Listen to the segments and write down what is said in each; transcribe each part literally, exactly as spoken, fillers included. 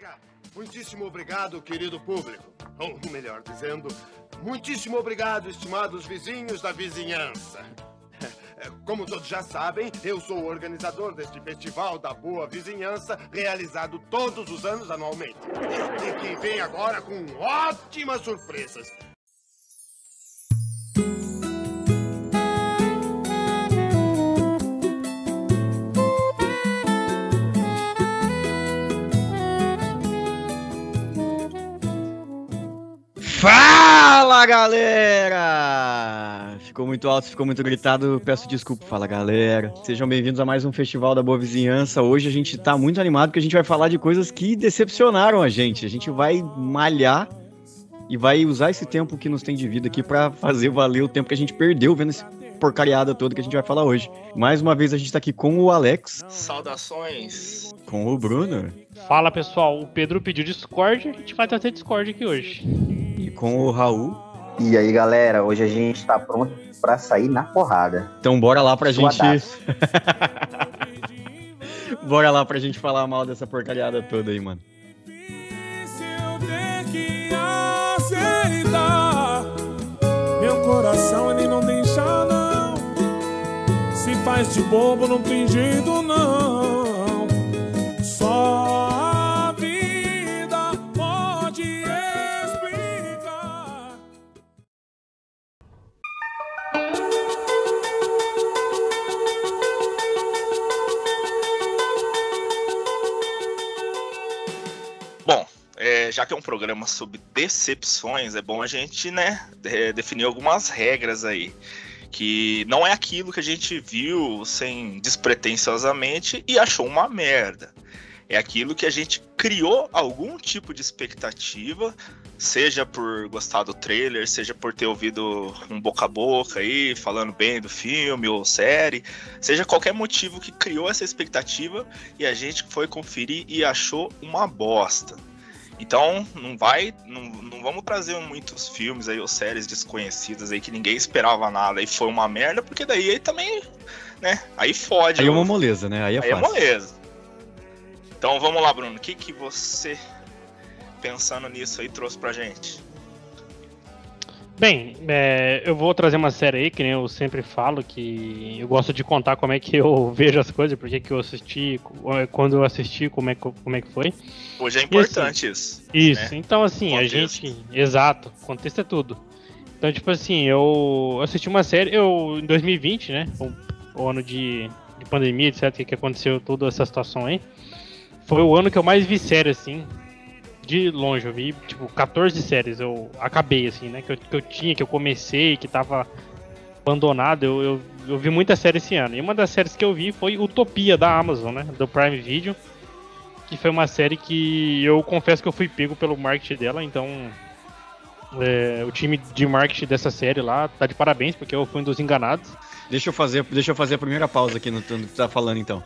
obrigado. Muitíssimo obrigado, querido público. Ou melhor dizendo, muitíssimo obrigado, estimados vizinhos da vizinhança. Como todos já sabem, eu sou o organizador deste Festival da Boa Vizinhança, realizado todos os anos anualmente. E que vem agora com ótimas surpresas. Fala, galera! Ficou muito alto, ficou muito gritado, peço desculpa. Fala, galera. Sejam bem-vindos a mais um Festival da Boa Vizinhança. Hoje a gente tá muito animado porque a gente vai falar de coisas que decepcionaram a gente. A gente vai malhar e vai usar esse tempo que nos tem de vida aqui pra fazer valer o tempo que a gente perdeu vendo esse porcariada toda que a gente vai falar hoje. Mais uma vez a gente tá aqui com o Alex. Saudações. Com o Bruno. Fala, pessoal. O Pedro pediu Discord, a gente vai trazer Discord aqui hoje. E com o Raul. E aí, galera, hoje a gente tá pronto pra sair na porrada. Então bora lá pra Suadaço. gente... bora lá pra gente falar mal dessa porcariada toda aí, mano. Se eu ter que aceitar, meu coração ele não deixa não. Se faz de bobo não tem jeito não. Só a vida pode explicar. Bom, é, já que é um programa sobre decepções, é bom a gente, né, de- definir algumas regras aí. Que não é aquilo que a gente viu sem despretensiosamente e achou uma merda. É aquilo que a gente criou algum tipo de expectativa, seja por gostar do trailer, seja por ter ouvido um boca a boca aí, falando bem do filme ou série, seja qualquer motivo que criou essa expectativa e a gente foi conferir e achou uma bosta. Então, não vai, não, não vamos trazer muitos filmes aí ou séries desconhecidas aí que ninguém esperava nada e foi uma merda, porque daí aí também, né, aí fode. Aí é o- uma moleza, né? Aí é Aí é fácil. moleza. Então vamos lá, Bruno. O que, que você, pensando nisso aí, trouxe pra gente? Bem, é, eu vou trazer uma série aí, que nem eu sempre falo, que eu gosto de contar como é que eu vejo as coisas, porque que eu assisti, quando eu assisti, como é que, como é que foi. Hoje é importante isso. Isso, né? então assim, Contexto. a gente... Exato, contexto é tudo. Então, tipo assim, eu assisti uma série, eu em dois mil e vinte, né, o, o ano de, de pandemia, etcétera, que, que aconteceu toda essa situação aí, foi o ano que eu mais vi série, assim, de longe. Eu vi, tipo, quatorze séries, eu acabei, assim, né, que eu, que eu tinha, que eu comecei, que tava abandonado, eu, eu, eu vi muita série esse ano. E uma das séries que eu vi foi Utopia, da Amazon, né, do Prime Video, que foi uma série que eu confesso que eu fui pego pelo marketing dela, então é, o time de marketing dessa série lá tá de parabéns, porque eu fui um dos enganados. Deixa eu fazer, deixa eu fazer a primeira pausa aqui no no que tu tá falando, então.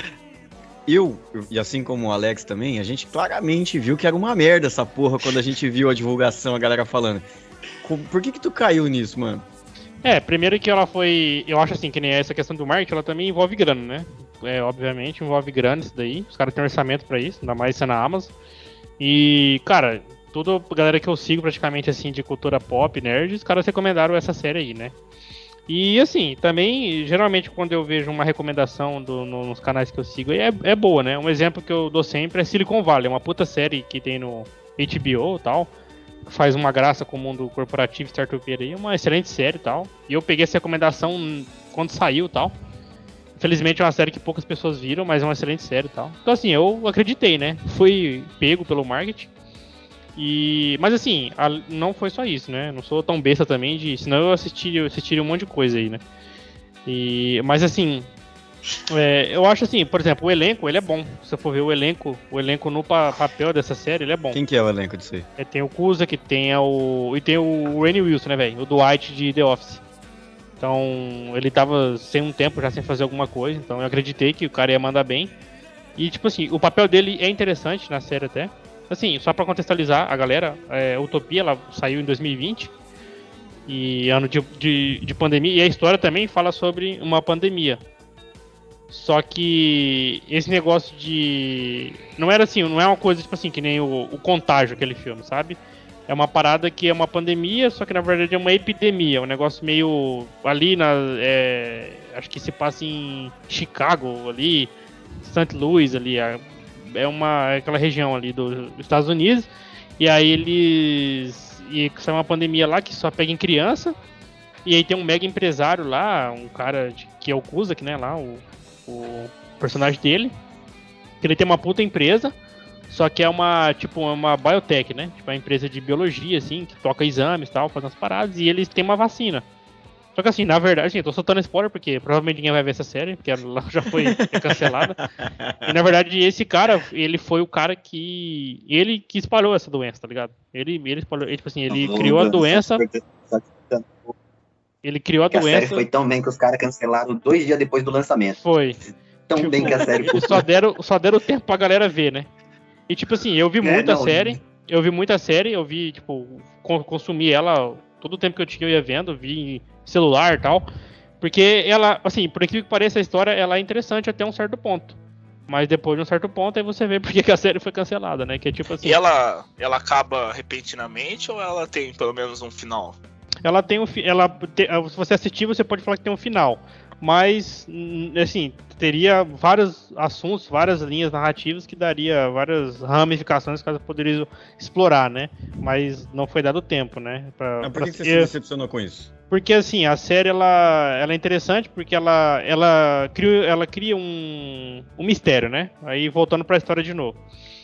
Eu, e assim como o Alex também, a gente claramente viu que era uma merda essa porra quando a gente viu a divulgação, a galera falando. Co- Por que que tu caiu nisso, mano? É, primeiro que ela foi, eu acho assim, que nem essa questão do marketing, ela também envolve grana, né? É, obviamente envolve grana isso daí, os caras têm orçamento pra isso, ainda mais sendo na Amazon. E, cara, toda a galera que eu sigo praticamente assim de cultura pop, nerd, os caras recomendaram essa série aí, né? E assim, também, geralmente quando eu vejo uma recomendação do- no- nos canais que eu sigo, é, é boa, né? Um exemplo que eu dou sempre é Silicon Valley, uma puta série que tem no H B O e tal, que faz uma graça com o mundo corporativo startupeiro aí, uma excelente série e tal. E eu peguei essa recomendação quando saiu e tal. Infelizmente é uma série que poucas pessoas viram, mas é uma excelente série e tal. Então assim, eu acreditei, né? Fui pego pelo marketing. E, mas assim, a- não foi só isso, né? Não sou tão besta também de. Senão eu assistiria, eu assistiria um monte de coisa aí, né? E, mas assim, é, eu acho assim, por exemplo, o elenco, ele é bom. Se você for ver o elenco, o elenco no pa- papel dessa série, ele é bom. Quem que é o elenco disso aí? É, tem o Cusack, tem o. E tem o Rainn Wilson, né, velho? O Dwight de The Office. Então, ele tava sem um tempo já sem fazer alguma coisa, então eu acreditei que o cara ia mandar bem. E, tipo assim, o papel dele é interessante na série até. Assim, só pra contextualizar a galera, é, Utopia, ela saiu em dois mil e vinte, e ano de, de, de pandemia, e a história também fala sobre uma pandemia. Só que esse negócio de... Não era assim, não é uma coisa tipo assim, que nem o, o Contágio, aquele filme, sabe? É uma parada que é uma pandemia, só que na verdade é uma epidemia. Um negócio meio ali na... É, acho que se passa em Chicago, ali, Saint Louis, ali. É, é uma, é aquela região ali do, dos Estados Unidos. E aí eles... E isso é uma pandemia lá que só pega em criança. E aí tem um mega empresário lá, um cara de, que é o Cusack, né, lá, o, o personagem dele. Que ele tem uma puta empresa, só que é uma, tipo, uma biotech, né? Tipo, uma empresa de biologia, assim, que toca exames e tal, faz umas paradas, e eles têm uma vacina. Só que assim, na verdade, gente, tô soltando spoiler porque provavelmente ninguém vai ver essa série, porque ela já foi cancelada. E na verdade, esse cara, ele foi o cara que... Ele que espalhou essa doença, tá ligado? Ele, ele espalhou, ele, tipo assim, ele Não, criou a não, doença... só que- Ele criou a que a doença... série foi tão bem que os caras cancelaram dois dias depois do lançamento. Foi. Tão Tipo, bem que a série Eles só deram, só deram tempo pra galera ver, né? E tipo assim, eu vi É, muita não, série, eu vi muita série, eu vi, tipo, con- consumi ela todo o tempo que eu tinha, eu ia vendo, vi em celular e tal. Porque ela, assim, por incrível que pareça, a história ela é interessante até um certo ponto. Mas depois de um certo ponto, aí você vê porque que a série foi cancelada, né? Que é tipo assim... E ela, ela acaba repentinamente ou ela tem pelo menos um final? Ela tem um... fi- Ela, te- se você assistir, você pode falar que tem um final. Mas, hum, assim, teria vários assuntos, várias linhas narrativas que daria várias ramificações que ela poderia explorar, né? Mas não foi dado tempo, né? Pra, Mas por pra que, que você ser- se decepcionou com isso? Porque, assim, a série, ela, ela é interessante porque ela, ela cria, ela cria um, um mistério, né? Aí, voltando pra história de novo.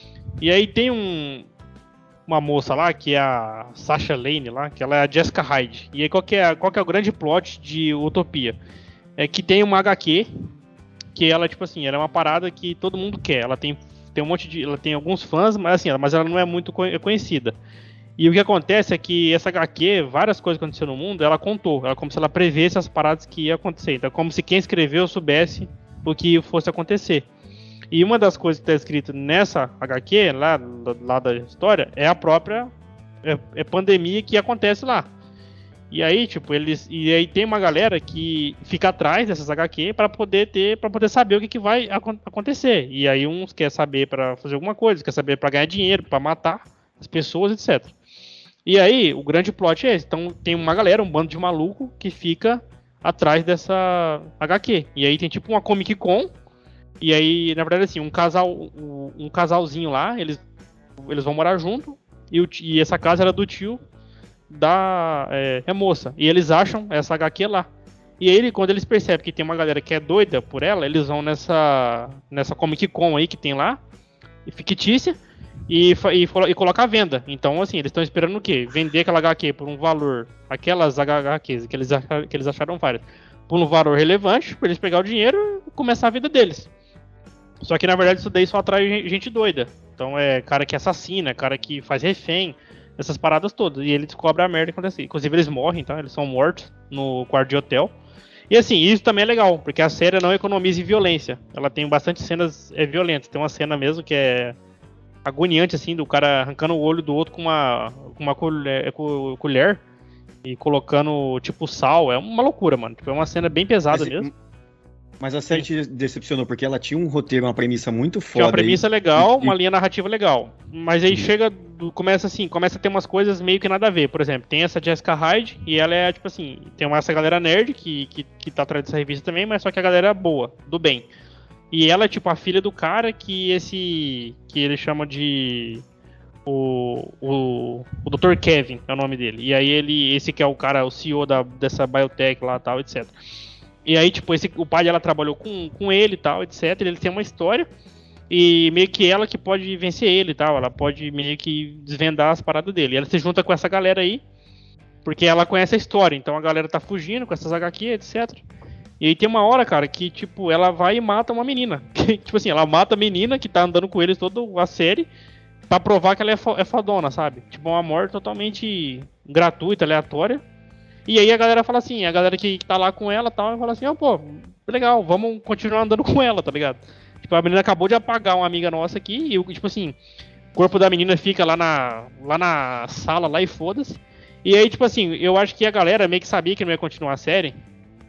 E aí tem um... uma moça lá, que é a Sasha Lane lá, que ela é a Jessica Hyde. E aí qual que é, qual que é o grande plot de Utopia? É que tem uma H Q, que ela, tipo assim, ela é uma parada que todo mundo quer. Ela tem, tem um monte de... Ela tem alguns fãs, mas assim, ela, mas ela não é muito co- conhecida. E o que acontece é que essa H Q, várias coisas que aconteceram no mundo, ela contou. Ela como se ela prevesse as paradas que ia acontecer. Então é como se quem escreveu soubesse o que fosse acontecer. E uma das coisas que está escrito nessa H Q, lá, lá da história, é a própria é, é pandemia que acontece lá. E aí, tipo, eles. E aí tem uma galera que fica atrás dessas H Q para poder ter, para poder saber o que, que vai acon- acontecer. E aí uns quer saber para fazer alguma coisa, quer saber para ganhar dinheiro, para matar as pessoas, etcétera. E aí, o grande plot é esse. Então tem uma galera, um bando de maluco que fica atrás dessa H Q. E aí tem tipo uma Comic Con. E aí, na verdade, assim, um casal, um, um casalzinho lá, eles, eles vão morar junto, e, o, ti- e essa casa era do tio da é, é moça. E eles acham essa H Q lá. E aí, quando eles percebem que tem uma galera que é doida por ela, eles vão nessa, nessa Comic Con aí que tem lá, fictícia, e, fa- e, colo- e coloca à venda. Então, assim, eles estão esperando o quê? Vender aquela H Q por um valor, aquelas H Qs que eles, acha- que eles acharam várias, por um valor relevante, para eles pegar o dinheiro e começar a vida deles. Só que na verdade isso daí só atrai gen- gente doida. Então é cara que assassina, cara que faz refém, essas paradas todas. E ele descobre a merda que acontece. Inclusive eles morrem, tá? Eles são mortos no quarto de hotel. E assim, isso também é legal, porque a série não economiza em violência. Ela tem bastante cenas é, violentas. Tem uma cena mesmo que é agoniante, assim, do cara arrancando o olho do outro com uma, com uma colher, com colher e colocando, tipo, sal. É uma loucura, mano. Tipo, é uma cena bem pesada Mas, mesmo. Mas a série te decepcionou porque ela tinha um roteiro, uma premissa muito foda. Tinha uma premissa aí. legal, E- uma linha narrativa legal. Mas aí Uhum. chega, do- começa assim, começa a ter umas coisas meio que nada a ver. Por exemplo, tem essa Jessica Hyde e ela é, tipo assim, tem uma, essa galera nerd que, que, que tá atrás dessa revista também, mas só que a galera é boa, do bem. E ela é, tipo, a filha do cara que esse, que ele chama de... O, o, o doutor Kevin é o nome dele. E aí ele, esse que é o cara, o C E O da, dessa biotech lá, tal, etcétera. E aí, tipo, esse, o pai dela trabalhou com, com ele e tal, etcétera. Ele tem uma história e meio que ela que pode vencer ele e tal. Ela pode meio que desvendar as paradas dele. E ela se junta com essa galera aí, porque ela conhece a história. Então a galera tá fugindo com essas H Q, etcétera. E aí tem uma hora, cara, que, tipo, ela vai e mata uma menina. Que, tipo assim, ela mata a menina que tá andando com eles toda a série pra provar que ela é, fo é fodona, sabe? Tipo, uma morte totalmente gratuita, aleatória. E aí a galera fala assim, a galera que, que tá lá com ela e tal, fala assim, ó, oh, pô, legal, vamos continuar andando com ela, tá ligado? Tipo, a menina acabou de apagar uma amiga nossa aqui e, tipo assim, o corpo da menina fica lá na, lá na sala, lá e foda-se. E aí, tipo assim, eu acho que a galera meio que sabia que não ia continuar a série.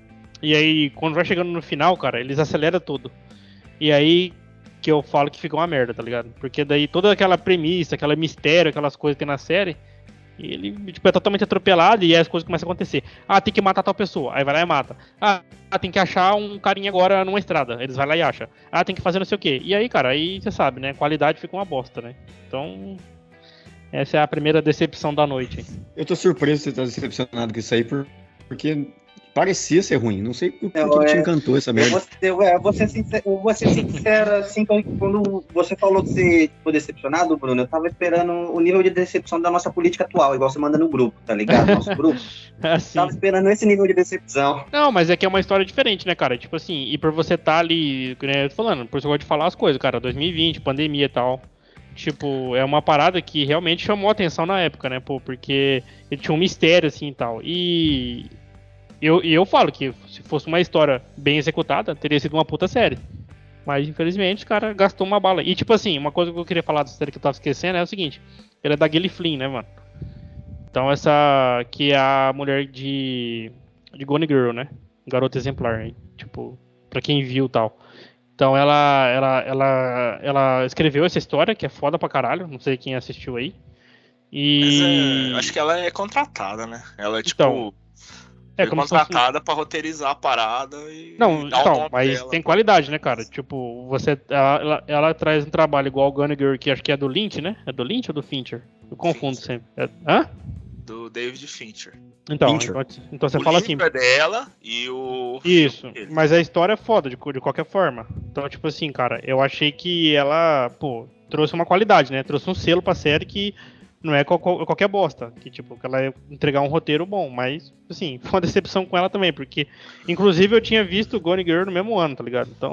E aí, quando vai chegando no final, cara, eles aceleram tudo. E aí que eu falo que fica uma merda, tá ligado? Porque daí toda aquela premissa, aquele mistério, aquelas coisas que tem na série, ele tipo, é totalmente atropelado e aí as coisas começam a acontecer. Ah, tem que matar tal pessoa. Aí vai lá e mata. Ah, tem que achar um carinha agora numa estrada. Eles vão lá e acham. Ah, tem que fazer não sei o quê. E aí, cara, aí você sabe, né? Qualidade fica uma bosta, né? Então... essa é a primeira decepção da noite. Eu tô surpreso de você estar decepcionado com isso aí, por, porque parecia ser ruim. Não sei por que, Eu, que te é, encantou essa Eu merda. vou, eu, é, vou ser sincero, eu vou ser sincero, assim, quando você falou que você ficou decepcionado, Bruno, eu tava esperando o nível de decepção da nossa política atual, igual você manda no grupo, tá ligado? Nosso grupo. Assim. Tava esperando esse nível de decepção. Não, mas é que é uma história diferente, né, cara? Tipo assim, e por você estar tá ali, né, eu tô falando, por isso eu gosto de falar as coisas, cara, dois mil e vinte, pandemia e tal. Tipo, é uma parada que realmente chamou a atenção na época, né, pô, porque ele tinha um mistério, assim, e tal. E eu, e eu falo que se fosse uma história bem executada, teria sido uma puta série. Mas, infelizmente, o cara gastou uma bala. E, tipo assim, uma coisa que eu queria falar da série que eu tava esquecendo é o seguinte, ele é da Gillian Flynn, né, mano? Então, essa que é a mulher de, de Gone Girl, né? Garota exemplar, hein? Tipo, pra quem viu e tal. Então ela, ela, ela, ela escreveu essa história, que é foda pra caralho, não sei quem assistiu aí. E... Mas é, acho que ela é contratada, né? Ela é tipo... Então, é foi como se contratada fosse... pra roteirizar a parada e... Não, e dar o então, nome mas dela, tem pô. qualidade, né, cara? Tipo, você, ela, ela, ela traz um trabalho igual o Gone Girl, que acho que é do Lynch, né? É do Lynch ou do Fincher? Eu confundo Fincher. sempre. É... Hã? Do David Fincher. Então, Fincher. então, então você o fala assim... livro é dela e o... Isso, filme dele. mas a história é foda de, de qualquer forma. Então, tipo assim, cara, eu achei que ela, pô, trouxe uma qualidade, né? Trouxe um selo pra série que não é qual- qualquer bosta. Que, tipo, que ela ia entregar um roteiro bom, mas, assim, foi uma decepção com ela também, porque, inclusive, eu tinha visto Gone Girl no mesmo ano, tá ligado? Então,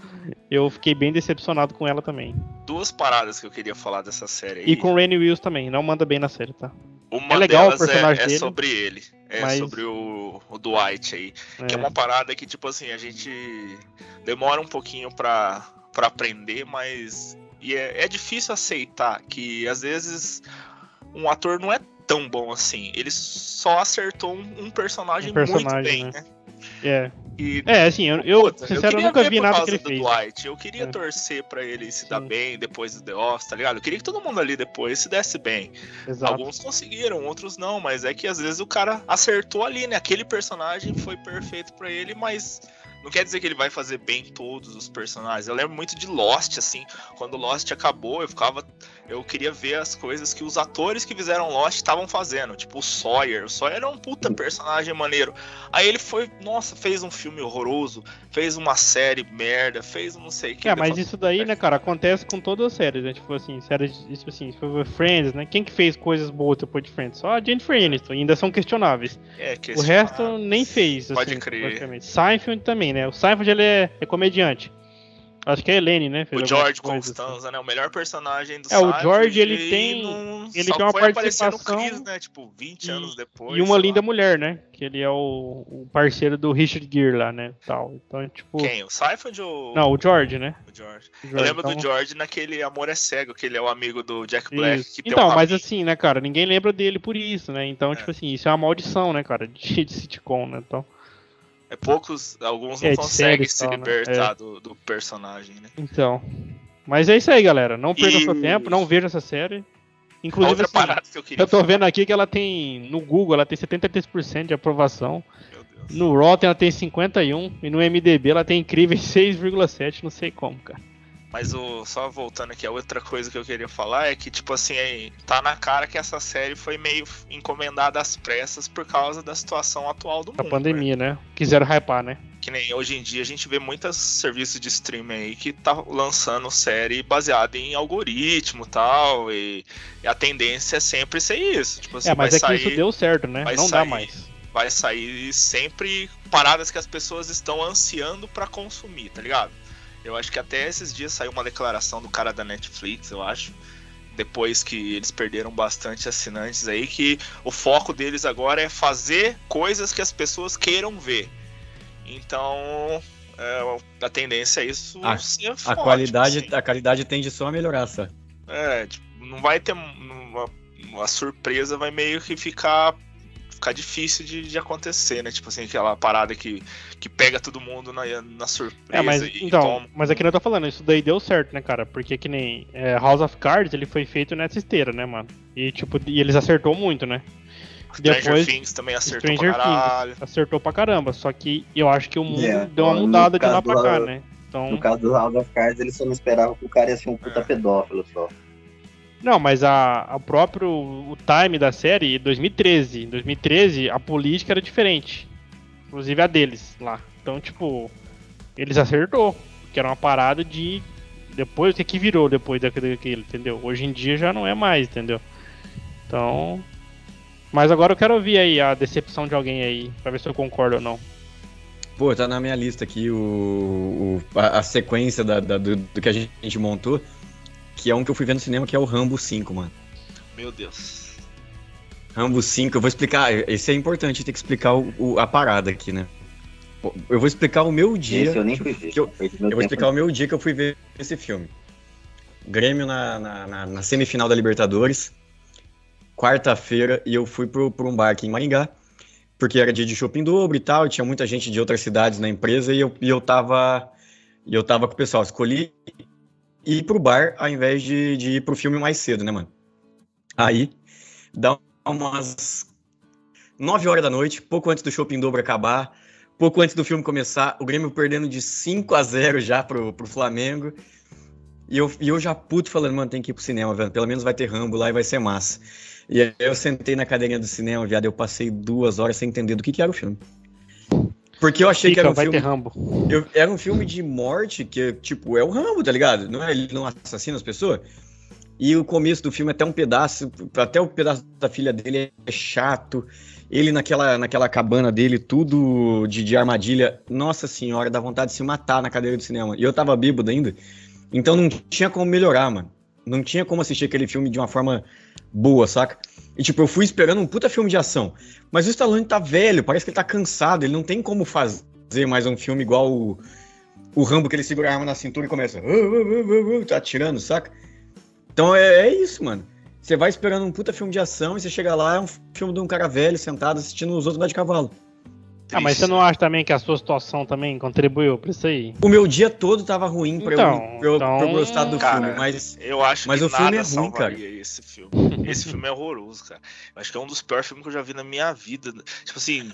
eu fiquei bem decepcionado com ela também. Duas paradas que eu queria falar dessa série aí. E com o Rainn Wilson também, não manda bem na série, tá? Uma É legal o delas personagem é, é dele, sobre ele. É mas- sobre o, o Dwight aí. Que é É. uma parada que, tipo assim, a gente demora um pouquinho pra, pra aprender, mas e é, é difícil aceitar que, às vezes, um ator não é tão bom assim. Ele só acertou um, um personagem, Um personagem, muito bem, né? né? É, E, é assim, eu, eu puta, sincero, eu queria nunca ver vi por nada causa que ele do fez. Dwight. Eu queria É. torcer pra ele se dar Sim. bem depois do The Office, tá ligado? Eu queria que todo mundo ali depois se desse bem. Exato. Alguns conseguiram, outros não, mas é que às vezes o cara acertou ali, né? Aquele personagem foi perfeito pra ele, mas não quer dizer que ele vai fazer bem todos os personagens. Eu lembro muito de Lost, assim, quando Lost acabou, eu ficava... Eu queria ver as coisas que os atores que fizeram Lost estavam fazendo, tipo o Sawyer. O Sawyer era um puta personagem maneiro. Aí ele foi, nossa, fez um filme horroroso, fez uma série merda, fez um não sei o que. É, mas isso daí, né, cara, acontece com todas as séries, né? Tipo assim, séries, tipo assim, se for ver Friends, né? Quem que fez coisas boas depois de Friends? Só a Jennifer Aniston, e ainda são questionáveis. É, que O resto nem fez, Pode assim, crer. praticamente. Seinfeld também, né? O Seinfeld, ele é, é comediante. Acho que é a Helene, né? Fez O algumas George coisas, assim. Constanza, né? O melhor personagem do É, o Seinfeld, George, ele e tem- não- ele só tem uma foi aparecer no participação- Chris, né? Tipo, vinte E- anos depois. E uma sei linda lá. mulher, né? Que ele é o, o parceiro do Richard Gere lá, né? Tal. Então, tipo... Quem? O Seinfeld ou Não, o George, né? o George? O Eu George, lembro então- do George naquele Amor é Cego, que ele é o amigo do Jack Black. Isso. Que tem Então, um mas rabinho. assim, né, cara, ninguém lembra dele por isso, né? Então, É. tipo assim, isso é uma maldição, né, cara, de, de sitcom, né? Então, É poucos, alguns não É, de conseguem séries se e tal, né? libertar do, do personagem, né? então. Mas é isso aí, galera. Não perca E- seu tempo, não veja essa série. A Inclusive, outra assim, parada que eu queria eu tô falar, vendo aqui que ela tem, no Google, ela tem setenta e três por cento de aprovação. meu Deus. No Rotten ela tem cinquenta e um e no M D B ela tem incríveis seis vírgula sete, não sei como, cara. Mas o, só voltando aqui, a outra coisa que eu queria falar é que, tipo assim, aí, tá na cara que essa série foi meio encomendada às pressas por causa da situação atual do Da mundo. pandemia, né? Quiseram hypar, né? Que nem hoje em dia a gente vê muitos serviços de streaming aí que tá lançando série baseada em algoritmo e tal, e, e a tendência é sempre ser isso. Tipo assim, É, mas vai é que sair, isso deu certo, né? vai Não dá sair- mais. vai sair sempre paradas que as pessoas estão ansiando pra consumir, tá ligado? Eu acho que até esses dias saiu uma declaração do cara da Netflix, eu acho, depois que eles perderam bastante assinantes aí, que o foco deles agora é fazer coisas que as pessoas queiram ver. Então, é, a tendência é isso A- ser A forte, qualidade, assim. a qualidade tende só a melhorar, sabe? É, tipo, não vai ter uma, uma surpresa, vai meio que ficar ficar difícil de, de acontecer, né? Tipo assim, aquela parada que, que pega todo mundo na, na surpresa. É, mas, e então, toma. mas aqui eu tô falando, isso daí deu certo, né, cara? Porque que nem é, House of Cards, ele foi feito nessa esteira, né, mano? E, tipo, e eles acertou muito, né? Stranger Depois, Things também acertou Stranger pra caralho. Things acertou pra caramba, só que eu acho que o mundo É, deu uma no mudada de lá caso pra do- cá, né? Então, No caso do House of Cards, eles só não esperavam que o cara ia ser um puta É. pedófilo só. não, mas a, a próprio o time da série, dois mil e treze. Em dois mil e treze, a política era diferente. Inclusive a deles lá. Então, tipo, eles acertou. Que era uma parada de. Depois, o que que virou depois daquele, daquele, entendeu? Hoje em dia já não é mais, entendeu? Então. Mas agora eu quero ouvir aí a decepção de alguém aí, pra ver se eu concordo ou não. Pô, tá na minha lista aqui o, o- a, a sequência da, da- do, do que a gente, a gente montou, que é um que eu fui ver no cinema, que é o Rambo cinco, mano. Meu Deus. Rambo cinco, eu vou explicar, esse é importante, tem que explicar o, o- a parada aqui, né? Pô, Eu vou explicar o meu dia. Esse eu nem fui ver. que eu- perdi meu Eu vou tempo. explicar o meu dia que eu fui ver esse filme. Grêmio na, na, na- na semifinal da Libertadores, quarta-feira, e eu fui pro, pro um bar aqui em Maringá, porque era dia de shopping dobro e tal, e tinha muita gente de outras cidades na empresa, e eu, e eu tava e eu tava com o pessoal. Escolhi ir pro bar ao invés de, de ir pro filme mais cedo, né, mano? Aí, dá umas nove horas da noite, pouco antes do shopping dobro acabar, pouco antes do filme começar, o Grêmio perdendo de cinco a zero já pro, pro Flamengo. E eu, e eu já puto falando, mano, tem que ir pro cinema, velho. Pelo menos vai ter Rambo lá e vai ser massa. E aí eu sentei na cadeirinha do cinema, viado, eu passei duas horas sem entender do que, que era o filme. Porque eu achei que era Fica, um vai filme. ter Rambo. eu- era um filme de morte que, tipo, é o Rambo, tá ligado? Não é, ele não assassina as pessoas. E o começo do filme, até um pedaço, até o pedaço da filha dele é chato. Ele naquela, naquela cabana dele, tudo de, de armadilha. Nossa senhora, dá vontade de se matar na cadeira do cinema. E eu tava bêbado ainda. Então não tinha como melhorar, mano. Não tinha como assistir aquele filme de uma forma boa, saca? E tipo, eu fui esperando um puta filme de ação. Mas o Stallone tá velho, parece que ele tá cansado. Ele não tem como fazer mais um filme igual o, o Rambo, que ele segura a arma na cintura e começa... "Uh, uh, uh, uh", tá atirando, saca? Então é, é isso, mano. Você vai esperando um puta filme de ação e você chega lá, é um filme de um cara velho sentado assistindo os outros andar de cavalo. Ah, mas você não acha também que a sua situação também contribuiu pra isso aí? O meu dia todo tava ruim pra, Então, eu, pra, eu, pra eu então, gostar do cara, filme, mas... Eu acho Mas que o filme nada é ruim, salvaria esse filme. Esse filme é horroroso, cara. Eu acho que é um dos piores filmes que eu já vi na minha vida. Tipo assim,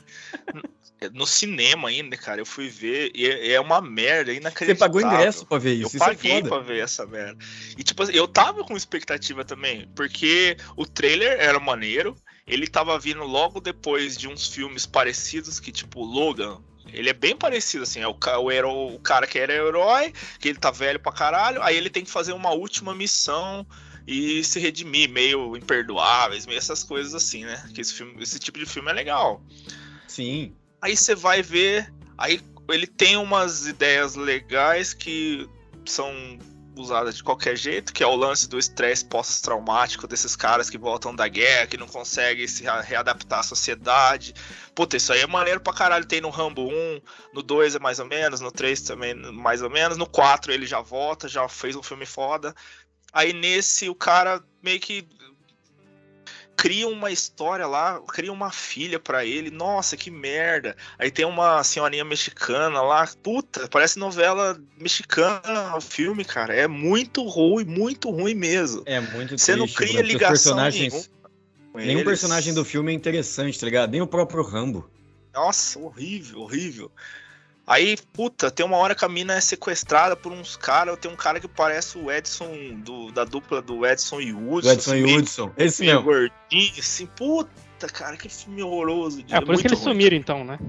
no cinema ainda, cara, eu fui ver e é é uma merda Você inacreditável. pagou ingresso pra ver Eu isso, isso paguei é foda. pra ver essa merda. E tipo, assim, eu tava com expectativa também, porque o trailer era maneiro, ele tava vindo logo depois de uns filmes parecidos, que tipo, Logan, ele é bem parecido, assim, é o, ca- o, hero- o cara que era herói, que ele tá velho pra caralho, aí ele tem que fazer uma última missão e se redimir, meio imperdoáveis, meio essas coisas assim, né? Que esse, filme, esse tipo de filme é legal. Sim. Aí você vai ver, aí ele tem umas ideias legais que são usadas de qualquer jeito, que é o lance do estresse pós-traumático desses caras que voltam da guerra, que não conseguem se rea- readaptar à sociedade. Puta, isso aí é maneiro pra caralho. Tem no Rambo um, no dois é mais ou menos, no três também mais ou menos, no quatro ele já volta, já fez um filme foda. Aí nesse o cara meio que cria uma história lá, cria uma filha pra ele, nossa, que merda. Aí tem uma senhorinha mexicana lá, puta, parece novela mexicana o filme, cara. É muito ruim, muito ruim mesmo. É muito Você não triste, cria Bruno, porque os ligação personagens, nenhuma com nenhum eles. personagem do filme é interessante, tá ligado? Nem o próprio Rambo. Nossa, horrível, horrível. Aí, puta, tem uma hora que a mina é sequestrada por uns caras. Tem um cara que parece o Edson, do, da dupla do Edson e Hudson. Do Edson assim, e meio- Hudson. Esse meio mesmo. gordinho, assim, puta, cara, que filme horroroso. É, por isso que eles muito ruim. sumiram então, né?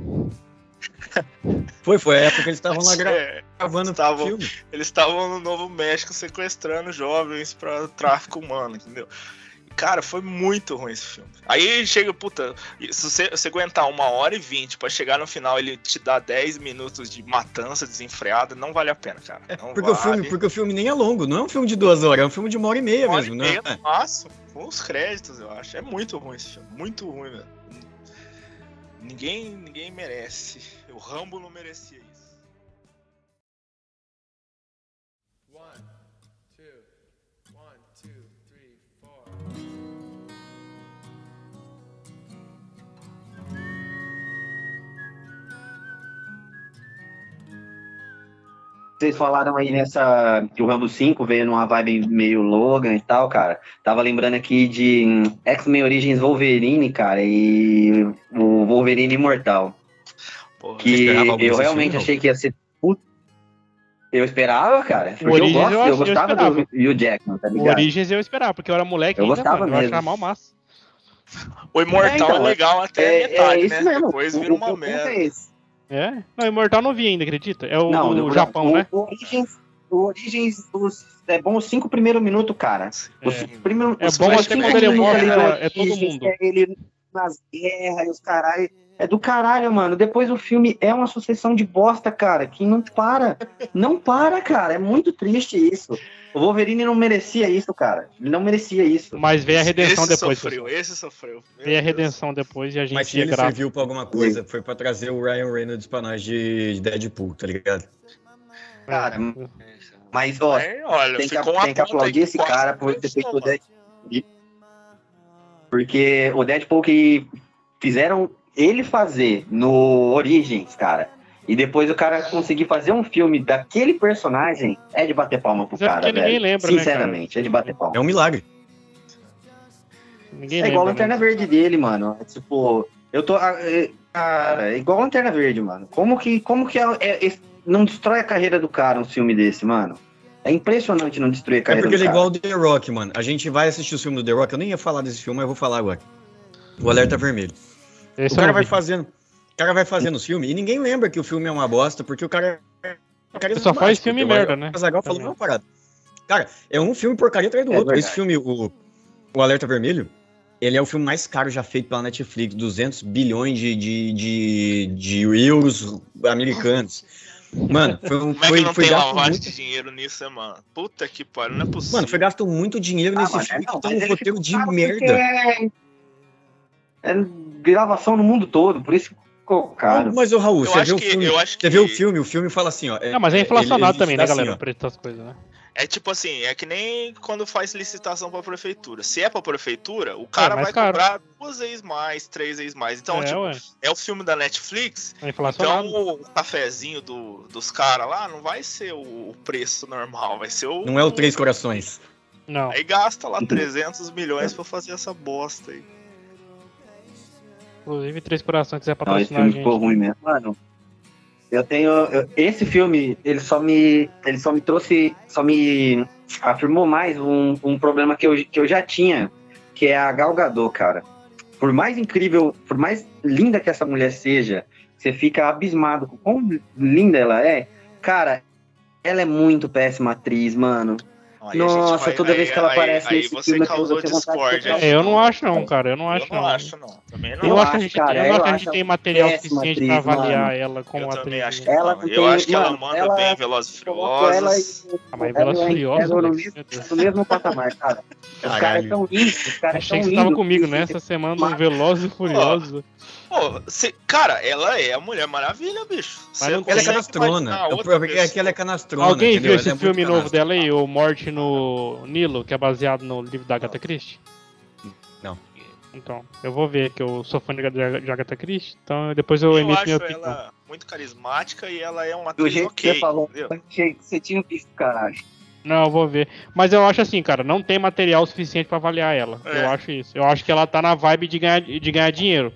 Foi, foi a época que eles estavam lá gra- É, gravando o estavam- filme. eles estavam no Novo México sequestrando jovens pra tráfico humano, entendeu? Cara, foi muito ruim esse filme. Aí chega, puta, se você, você aguentar uma hora e vinte pra chegar no final, ele te dá dez minutos de matança desenfreada, não vale a pena, cara. Não Porque o, vale. filme, porque o filme nem é longo, não é um filme de duas horas, é um filme de uma hora e meia Uma hora mesmo, e né? meia no máximo, com os créditos, eu acho. É muito ruim esse filme, muito ruim, velho. Ninguém, ninguém merece. O Rambo não merecia isso. Vocês falaram aí nessa que o Rambo cinco veio numa vibe meio Logan e tal, cara. Tava lembrando aqui de hum, X-Men Origins Wolverine, cara, e o Wolverine Imortal. Porra, Que esperava algo eu desse realmente filme, achei que ia ser. Put- Eu esperava, cara. Porque eu, Origins gosto, eu eu, acho- eu gostava esperava. do Hugh Jackman, tá O ligado? Origins eu esperava, porque eu era moleque Eu ainda, gostava mano. Eu mesmo. achava mal massa. O Imortal É, então, é legal até É, a metade, é isso né? mesmo. Depois O- vira o uma ponto merda. é esse. É? Não, Imortal não vi ainda, acredita? É o Não, do não, Japão, o, né? O Origins, o Origins os, é bom os cinco primeiros minutos, cara. Os É. primeiros, É os bom primeiros até cinco quando ele minutos ali mostra- do é todo Origins, mundo. é ele nas guerras e os caralho. É do caralho, mano. Depois o filme é uma sucessão de bosta, cara, que não para. Não para, cara. É muito triste isso. O Wolverine não merecia isso, cara. Ele não merecia isso. Mas veio a redenção esse depois. Sofreu, esse sofreu. Meu Veio a Deus. redenção depois e a gente Mas se ele grava. serviu pra alguma coisa, foi pra trazer o Ryan Reynolds pra nós de Deadpool, tá ligado? Cara, mas, ó, É, olha, tem que, ficou uma tem que ponta aplaudir aí esse quase cara por não ter feito o mano. Deadpool. Porque o Deadpool que fizeram ele fazer no Origins, cara, e depois o cara conseguir fazer um filme daquele personagem, é de bater palma pro Mas é cara, porque ninguém velho. lembra, né, Sinceramente, é de bater palma. É um milagre. Ninguém É igual a lembra, Lanterna né? Verde dele, mano. É tipo, eu tô. ah, é, Cara, é igual a Lanterna Verde, mano. Como que, como que é, é- é- não destrói a carreira do cara um filme desse, mano? É impressionante não destruir a É carreira porque do ele é cara. igual o The Rock, mano. A gente vai assistir o filme do The Rock, eu nem ia falar desse filme, mas eu vou falar agora. O Alerta Vermelho. Esse O eu cara não vai vi. fazendo, o cara vai fazendo os filmes e ninguém lembra que o filme é uma bosta, porque o cara é Ele só faz filme merda, né? O Azaghal falou Também. uma parada. Cara, é um filme porcaria atrás do É outro. verdade. Esse filme, o, o Alerta Vermelho, ele é o filme mais caro já feito pela Netflix, duzentos bilhões de, de, de, de euros americanos. Mano, foi, um- Como é foi, que não foi tem gasto lavagem muito, de dinheiro nisso, né, mano? Puta que pariu, não é possível. mano, foi gasto muito dinheiro Ah, nesse mano, filme é, não, que tem mas um ele roteiro ficou de caro merda. porque É... é gravação no mundo todo, por isso que ficou caro. Mas, ô Raul, Eu você acho vê o que- filme, eu acho você que- vê o filme, o filme fala assim, ó. Não, mas é inflacionado ele- ele também, né, dá assim, galera? ó. O preço das coisas, né? É tipo assim, é que nem quando faz licitação pra prefeitura. Se é pra prefeitura, o cara É mais vai caro. cobrar duas vezes mais, três vezes mais. Então, é, tipo, ué. é o filme da Netflix, É inflacionado. então o cafezinho do- dos caras lá não vai ser o, o preço normal, vai ser o... Não é o Três Corações. Não. Aí gasta lá trezentos milhões pra fazer essa bosta aí. Inclusive, Três Corações quiser Não, esse patrocinar a filme gente. ficou ruim mesmo. Mano, eu tenho. eu- esse filme, ele só me. Ele só me trouxe. Só me afirmou mais um, um problema que eu, que eu já tinha, que é a Gal Gadot, cara. Por mais incrível, por mais linda que essa mulher seja, você fica abismado com quão linda ela é. Cara, ela é muito péssima atriz, mano. Aí a gente Nossa, toda vez que ela aparece aí, nesse aí você filme, eu causou tenho vontade de discórdia. quebrar É, eu não acho não, cara. Eu não acho Eu não não. acho, não. Também não. Eu, Eu acho que a acho, gente, cara, eu não acho eu que a acho gente tem material péssima suficiente pra atriz, avaliar mano. ela como Eu atriz. também acho que Ela não. não Eu tem- acho que ela mano, manda ela- bem Velozes e Colocou ela Furiosos. e- Ah, mas ela Velozes e e- Furiosos, ela no Alex, mesmo- meu Deus. no mesmo patamar, cara. Os caras Caralho. são lindos, os caras Achei são que você lindos. tava comigo nessa semana do Velozes e Furiosos. Pô, cê- cara, ela é a Mulher Maravilha, bicho. Cê não- Ela é consegue canastrona. imaginar É o outra problema é que pessoa? ela é canastrona. Alguém entendeu? viu Ela esse é muito filme novo canastra. dela aí, o Morte no Nilo, que é baseado no livro da Agatha Christie? Não. Então, eu vou ver, que eu sou fã de Ag- de Agatha Christie, então depois eu Eu emito acho minha opinião. ela muito carismática e ela é uma Do atriz jeito que ok. você falou, entendeu? eu achei que você tinha visto, caralho. Não, eu vou ver. Mas eu acho assim, cara, não tem material suficiente pra avaliar ela. É. Eu acho isso. Eu acho que ela tá na vibe de ganhar, de ganhar dinheiro.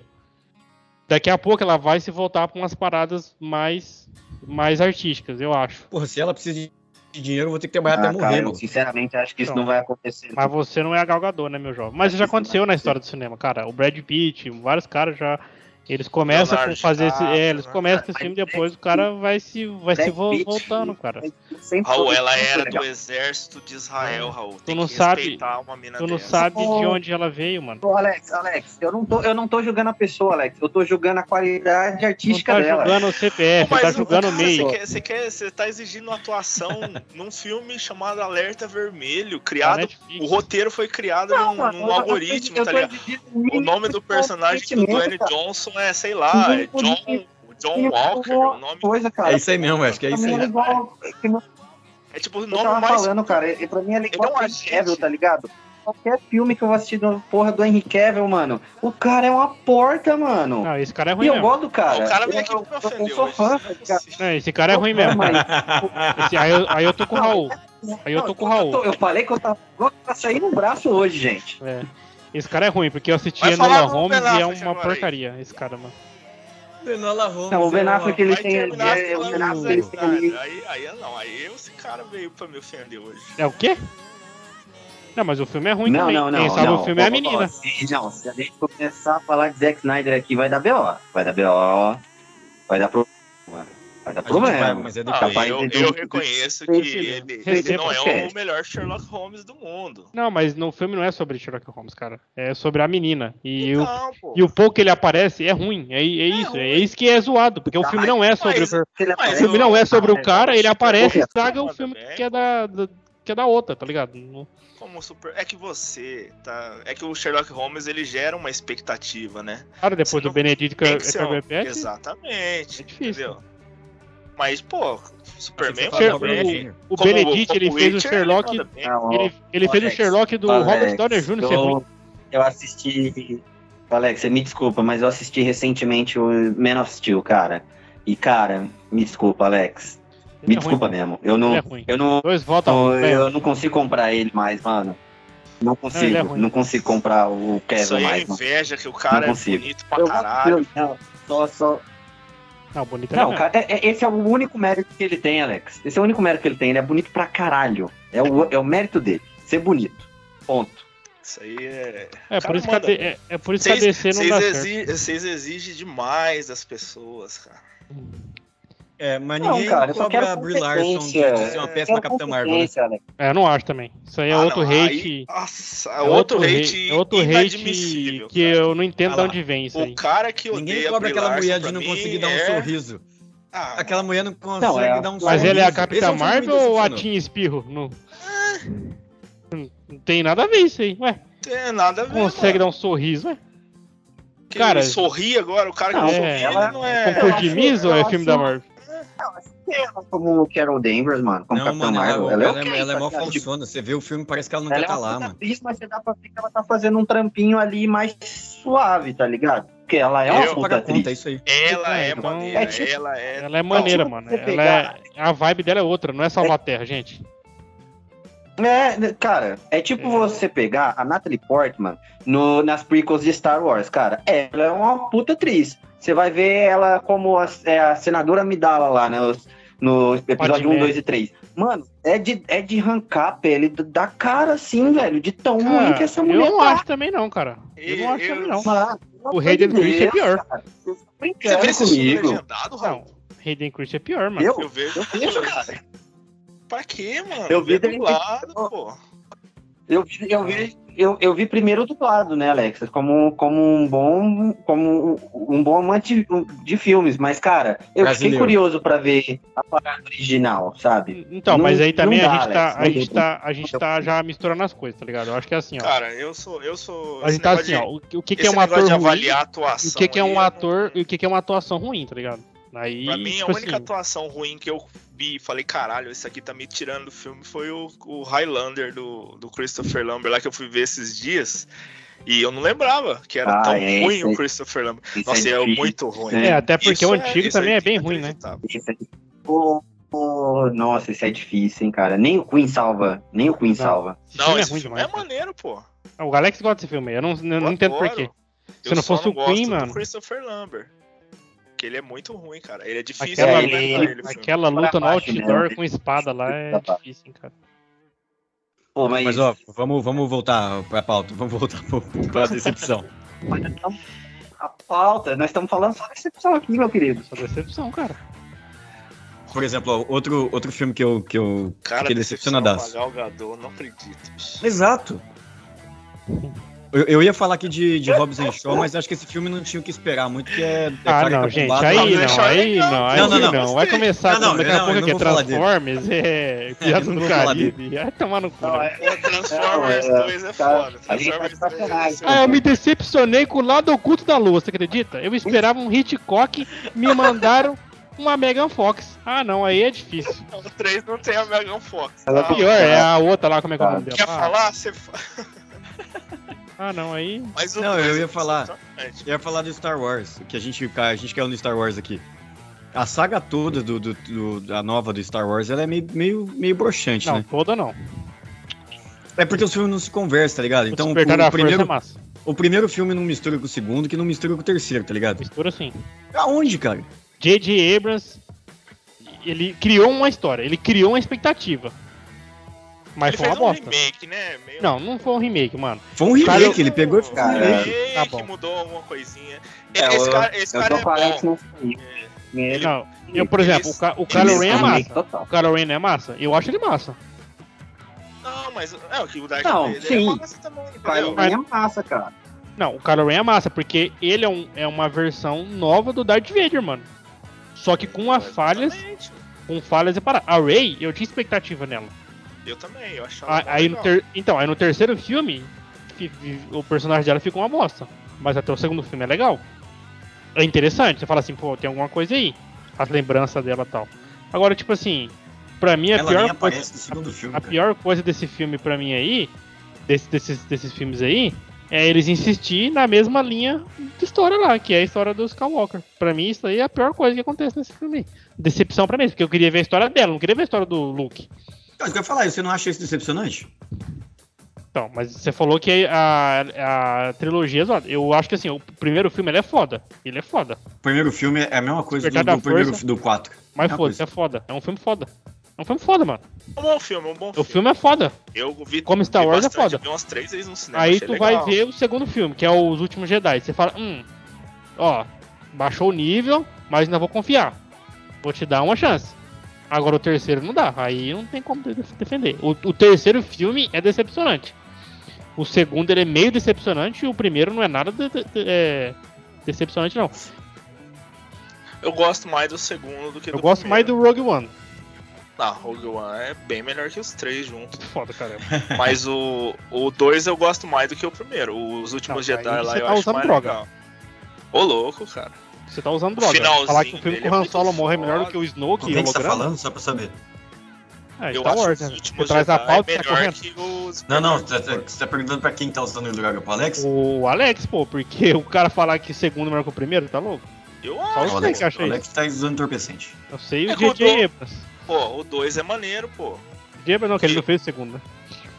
Daqui a pouco ela vai se voltar pra umas paradas mais, mais artísticas, eu acho. Porra, se ela precisa de dinheiro, eu vou ter que trabalhar Ah, até cara, morrer, eu mano. sinceramente acho que isso Então. não vai acontecer. Mas você não é a Gal Gadot, né, meu jovem? Mas já aconteceu na história do cinema, cara. O Brad Pitt, vários caras já... Eles começam a Leonardo fazer esse... DiCaprio, É, eles né? começam esse Mas filme, Brad depois o cara vai se, vai se Brad vo- Pitt, voltando, cara. sempre Raul, foi- ela sempre foi era legal. do exército de Israel, Raul. Tem não que sabe- respeitar uma mina Tu não dessa. sabe de onde ela veio, mano. Ô, Alex, Alex, eu não, tô, eu não tô julgando a pessoa, Alex. Eu tô julgando a qualidade Não artística tá dela. julgando o C P F, tá Mas, julgando o cara, meio. Você quer, você quer, você tá exigindo uma atuação num filme chamado Alerta Vermelho, criado. Netflix. O roteiro foi criado Não, num, mano, num eu- eu- algoritmo, eu tá tô ligado? exigindo O mínimo nome do personagem do sentimento, Dwayne cara. Johnson é, sei lá, é John, John Walker. O nome Coisa, cara. É isso aí mesmo, acho que é isso Pra mim aí. é igual. que eu é tipo o eu nome tava mais. falando, cara. E pra mim ela é Ele igual é um a agente. Devil, tá ligado? qualquer filme que eu vou assistir da porra do Henry Cavill, mano, o cara é uma porta, mano. Não, esse cara é E ruim eu mesmo. gosto do cara. O cara veio eu, aqui pra me eu, eu ofender sou hoje. fã, tá ligado? Não, esse cara é ruim mesmo. Mas, Esse- aí, eu, aí eu tô com o Raul. Aí eu tô com o Raul. Eu, eu falei que eu tava louco pra sair no braço hoje, gente. É. Esse cara é ruim, porque eu assisti Vai Enola falar do Holmes Ben e é Affleck uma agora aí. porcaria, esse cara, mano. Enola Holmes. Não, o Ben é uma- Affleck, ele Vai tem... terminar é, o falando Ben do Affleck, Zack ele tem... Snyder. Aí, aí não, aí esse cara veio pra me ofender hoje. É o quê? Não, mas o filme é ruim Não, também. não, não. Quem sabe não. o filme é a Ó, ó, menina. se- Não, se a gente começar a falar de Zack Snyder aqui, vai dar B O. Vai dar B O. Vai dar problema. Vai dar A gente vai, problema. mas é Não, depois. capaz eu, de- eu reconheço que Esse- ele, esse ele não é podcast. o melhor Sherlock Holmes do mundo. Não, mas no filme não é sobre Sherlock Holmes, cara. É sobre a menina. E, o, Não, pô. e o pouco que ele aparece é ruim. É, é isso. É isso que é zoado. Porque o filme não é sobre. Mas- o, Ele o mas filme eu- não é sobre Ah, o cara, ele super aparece e bom. estraga o Manda filme bem. que é da, da- que é da outra, tá ligado? Não- Como super. É que você tá. É que o Sherlock Holmes ele gera uma expectativa, né? Cara, depois Você do não Benedict Tem que ser um- Cumberbatch, Exatamente. É difícil. Entendeu? Mas, pô, Superman Você Sher- fala Robert manda bem. Júnior o Como- Benedict, como ele fez o Witcher, Sherlock. manda bem. Não, Ele, ele fez o Alex, Sherlock do Alex, Robert Downey Júnior ser ruim. eu, eu assisti... Alex, você me desculpa, mas eu assisti recentemente o Man of Steel, cara. E, cara, me desculpa, Alex. Ele Me é desculpa ruim, mesmo. Eu Ele não, é ruim. eu não, Dois votos a um. eu, velho. eu não consigo comprar ele mais, mano. Não consigo, ele é não, ruim. consigo comprar o Isso Kevin aí é mais, mano. inveja que o cara Não é consigo. bonito pra Eu caralho. gosto dele, não, só, só... Não, bonito Não, é cara, é- é- esse é o único mérito que ele tem, Alex. Esse é o único mérito que ele tem. Ele é bonito pra caralho. É o, é o mérito dele. Ser bonito. Ponto. Isso aí é. É o por cara isso que a, manda D- bem. é, é por isso que a D C não Vocês dá certo. exi- vocês exigem demais das pessoas, cara. É, mas Não, ninguém cara, eu só cobra quero a Brie Larson de competência. ser uma péssima Quero Capitã Marvel, né? competência, Alex. É, eu não acho também. Isso aí é Ah, outro não, hate. aí- nossa, é outro hate É outro hate inadmissível. que cara. eu não entendo Ah de lá. onde vem isso aí. O cara que odeia Ninguém cobra Brie aquela Larson, mulher de pra não mim, conseguir dar um é- sorriso. Ah, Aquela mulher não consegue Não, é- dar um Mas sorriso. Mas ele é a Esse Capitã um filme que me Marvel ou a decepcionou. Tim Espirro? Não... não tem nada a ver isso aí. Ué, tem nada a ver. consegue mano. dar um sorriso, ué? Que cara- ele sorri agora, o cara que Não, não é, sorri, ela- ele não é. Concurso de Miss ou é filme da Marvel? Ela como Carol Danvers, mano. Como Não, Capitã mano, Marvel. ela, Ela, ela, é é, ok, ela é tá mó ligado? Tipo, falsona. Você vê o filme, parece que ela não ela quer é tá uma lá, puta mano. atriz, mas você dá pra ver que ela tá fazendo um trampinho ali mais suave, tá ligado? Porque ela é uma Eu puta Paga atriz. conta, é isso aí. Ela é Então- maneira, É tipo- ela é. Ela é maneira, tipo, mano. você Ela pegar- é... A vibe dela é outra, não é salvar a terra, gente. É, cara, é tipo É. você pegar a Natalie Portman no, nas prequels de Star Wars, cara. Ela é uma puta atriz. Você vai ver ela como a, é a senadora Amidala lá, né? os- No episódio um, Padmé. dois e três. Mano, é de, é de arrancar a pele da cara, assim, velho. De tão ruim que essa eu mulher não tá. acho também não, cara. Eu não acho Eu- também não. Mano, O Hayden Christensen é pior. Cara, vocês estão Você brincando vê esse filme comigo. legendado, Raul? Não, Hayden Christensen é pior, mano. Eu? Eu vejo. Eu vejo, cara. Pra quê, mano? Eu vi Vê dele- dublado, pô. Eu, vi- eu, vi, eu, eu vi primeiro dublado, né, Alex? Como, como um bom como um, um bom amante de, de filmes, mas, cara, eu fiquei Brasileiro. curioso pra ver a parada original, sabe? Então, Não- mas aí também não a dá, gente tá, Alex, a não gente tem. tá, a gente tá já misturando as coisas, tá ligado? Eu acho que é assim, ó. Cara, eu sou. Eu sou. A gente esse tá negócio assim, de- ó. O que, o que, que esse é um negócio ator de ruim? avaliar a E atuação. o que, que é aí, um ator e o que, que é uma atuação ruim, tá ligado? Aí, Pra mim, tipo a única assim, atuação ruim que eu vi e falei, caralho, esse aqui tá me tirando do filme foi o, o Highlander do, do Christopher Lambert, lá que eu fui ver esses dias. E eu não lembrava que era Ah, tão é, ruim isso o aí. Christopher Lambert. Isso Nossa, é, difícil, muito ruim. né? É, até porque Isso o antigo isso também é bem fica ruim, né? inacreditável. Isso aí. Pô, pô, nossa, isso é difícil, hein, cara. Nem o Queen salva. Nem o Queen Não. salva. Esse Não, filme é esse ruim filme demais. é maneiro, pô. cara. O Alex gosta desse filme aí, eu não, eu não Eu entendo por adoro. quê. Se Eu não só fosse o gosto Queen, do mano. Christopher Lambert. Que ele é muito ruim, cara. Ele é difícil Aquela, de ele- ver luta, ele, o filme. aquela luta no baixo, outdoor né? com espada lá é Tá, tá. difícil, hein, cara. Pô, mas, Mas ó, vamos, vamos voltar pra pauta, vamos voltar pro- pra decepção. mas nós estamos- a pauta, nós estamos falando só decepção aqui, meu querido. Só decepção, cara. Por exemplo, ó, outro, outro filme que eu, que eu Cara, fiquei decepção decepcionadaço. pagar o Gadot, não acredito. bicho. Exato. Eu, eu ia falar aqui de, de Hobbs and Shaw, mas acho que esse filme não tinha o que esperar muito, que é... é Ah, cara não, tá gente, bombado. aí Não, não, deixa aí legal. não, aí Não, não, não, não. vai começar Não, não, com daqui não, a pouco eu não aqui, vou falar Transformers, é, Piada Eu não do vou falar Caribe, vai tomar no cu. Não, né? é- Pô, Transformers Não, é- dois é cara, foda. a gente tá de Transformers sacanagem. dois Ah, eu me decepcionei com o lado oculto da lua, você acredita? Eu esperava um Hitchcock, me mandaram uma Megan Fox. Ah, não, aí é difícil. O três não tem a Megan Fox. Ela Ah, Pior, é a outra lá, como é que é o nome dela? Quer Ah, falar? Você fa- Ah, não, aí... Mas o Não, eu dois ia é falar. decepcionante. Eu ia falar do Star Wars, que a gente, a gente quer no Star Wars aqui. A saga toda do, do, do- da nova do Star Wars, ela é meio, meio, meio broxante, Não, né? toda não. É porque os filmes não se conversam, tá ligado? O Então, Despertar o, da o primeiro, Força é massa. o primeiro filme não mistura com o segundo, que não mistura com o terceiro, tá ligado? Mistura sim. Aonde, cara? J J. Abrams, ele criou uma história, ele criou uma expectativa. Mas Ele foi fez uma um bosta. remake, né? Meio... Não, não foi um remake, mano. Foi um Cara, remake, eu- ele pegou e fez um Cara, remake. remake, Tá bom. mudou alguma coisinha. É, esse eu, cara, esse eu cara tô com a Alex é bom. não Ele, Não, eu, por exemplo, o, Ca- o Kylo Ren é massa. O Kylo Ren é massa? Eu acho ele massa. Não, mas é o que o Darth Não, Vader sim. é massa também, Kylo entendeu? Ren é massa, cara. Não, o Kylo Ren é massa, porque ele é, um, é uma versão nova do Darth Vader, mano. Só que com as falhas, Exatamente. com falhas e paradas. A Rey, eu tinha expectativa nela. Eu também, eu achava A- Aí no legal. ter... Então, aí no terceiro filme, fi- fi- o personagem dela ficou uma bosta. Mas até o segundo filme é legal. É interessante, você fala assim, pô, tem alguma coisa aí. As lembranças dela e tal. Agora, tipo assim, pra mim a Ela pior nem coisa. aparece no segundo filme, A cara. pior coisa desse filme pra mim aí, desse- desses, desses filmes aí, é eles insistir na mesma linha de história lá, que é a história do Skywalker. Pra mim, isso aí é a pior coisa que acontece nesse filme aí. Decepção pra mim, porque eu queria ver a história dela, não queria ver a história do Luke. Mas eu ia falar, você não acha isso decepcionante? Então, mas você falou que a, a trilogia é zoada. Eu acho que assim, o primeiro filme ele é foda. Ele é foda. O primeiro filme é a mesma coisa do, Despertar do da primeiro Força. do quatro. Mas É uma foda-se, coisa. é foda. É um filme foda. É um filme foda, mano. É um bom filme, é um bom O filme. filme é foda. Eu vi, Como Star vi Wars é bastante, foda. Vi umas três vezes no cinema. Aí achei tu legal. vai ver o segundo filme, que é Os Últimos Jedi. Você fala, hum, ó, baixou o nível, mas ainda vou confiar. Vou te dar uma chance. Agora o terceiro não dá, aí não tem como de- defender. O, o terceiro filme é decepcionante. O segundo ele é meio decepcionante e o primeiro não é nada de- de- de- é, decepcionante, não. Eu gosto mais do segundo do que Eu do gosto mais primeiro. do Rogue One. Não, Rogue One é bem melhor que os três juntos. Foda, caramba. Mas o o dois eu gosto mais do que o primeiro. Os Últimos Não, Jedi aí lá você eu tá acho usando mais droga. legal. Ô louco, cara. Você tá usando O droga. finalzinho Falar que o filme dele com o é Han muito Solo morre é melhor do foda. que o Snoke Com e o quem que você tá holograma. falando, só pra saber? É, Eu Star acho Wars, que os né? Últimos Você traz a Jedi pauta e é tá melhor correndo. que os... Não, não, você tá, você tá perguntando pra quem tá usando o droga, pro Alex? O Alex, pô, porque o cara falar que o segundo é melhor que o primeiro, tá louco? Eu Só acho. você o Alex, que acha o Alex tá usando entorpecente. Eu sei É o que eu J J tô- Abrams. Pô, o dois é maneiro, pô. J J Abrams não, que ele Que- não fez o segundo, né?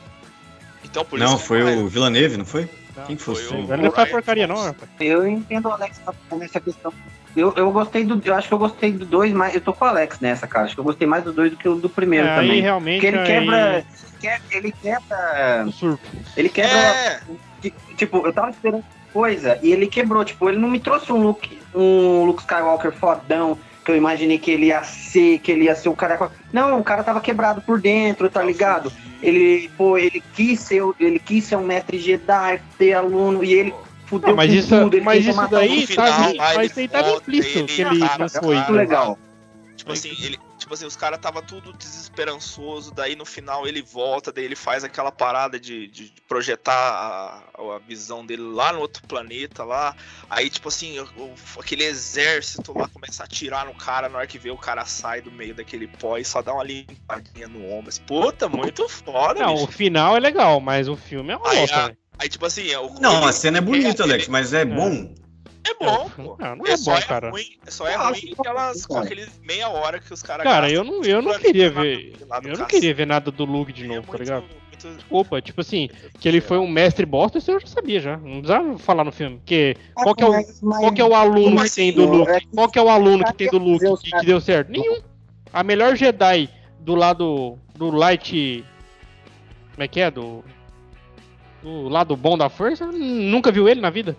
Então por isso Não, que foi vai- o Villeneuve, não foi? Não, Quem que foi? foi o o- Ele não faz Ryan porcaria não, Johnson. rapaz. Eu entendo o Alex nessa questão. Eu, eu gostei do. Eu acho que eu gostei do dois, mas eu tô com o Alex nessa, cara. Acho que eu gostei mais do dois do que o do primeiro É, aí também. realmente Porque ele aí- quebra. que- Ele quebra. o surto. Ele quebra. É, ti- Tipo, eu tava esperando coisa e ele quebrou. Tipo, ele não me trouxe um Luke, um Luke Skywalker fodão. Que eu imaginei que ele ia ser, que ele ia ser o cara. com a- Não, o cara tava quebrado por dentro, tá ligado? Ele, pô, ele quis ser, o- ele quis ser um mestre Jedi, ter aluno, e ele fudeu Não, mas com isso, tudo. Ele mas tentou isso matar daí no o- final, tá, lá mas ele isso aí tava volta, implícito ele que ele mata não o foi. Muito legal. tipo assim, ele, tipo assim, os caras tava tudo desesperançoso, daí no final ele volta, daí ele faz aquela parada de, de de projetar a, a visão dele lá no outro planeta lá, aí tipo assim, o- o- aquele exército lá começa a atirar no cara, na hora que vê o cara sai do meio daquele pó e só dá uma limpadinha no ombro, assim, puta, muito foda, Não, bicho. o final é legal, mas o filme é uma Aí, bosta, a- velho. Aí tipo assim, é o- Não, ele- a cena é bonita, ele- Alex, mas é bom. É bom, pô. Não, não É é só bom, é cara. ruim, só é Eu ruim acho aquelas, bom, com cara. aqueles meia hora que os caras Cara, gastam eu não, no eu não planeta queria lá ver. do- lá do Eu não cacete. queria ver nada do Luke de É novo, tá muito- ligado? muito- Desculpa, tipo assim, que ele foi um mestre bosta, isso eu já sabia já. Não precisava falar no filme. Porque qual que é o, qual que é o aluno Como que assim? tem do Luke? É que Qual que é o aluno que tem do quer Luke fazer os que, que caras- deu certo? Nenhum. A melhor Jedi do lado do Light. Como é que é? Do. Do lado bom da força, nunca viu ele na vida.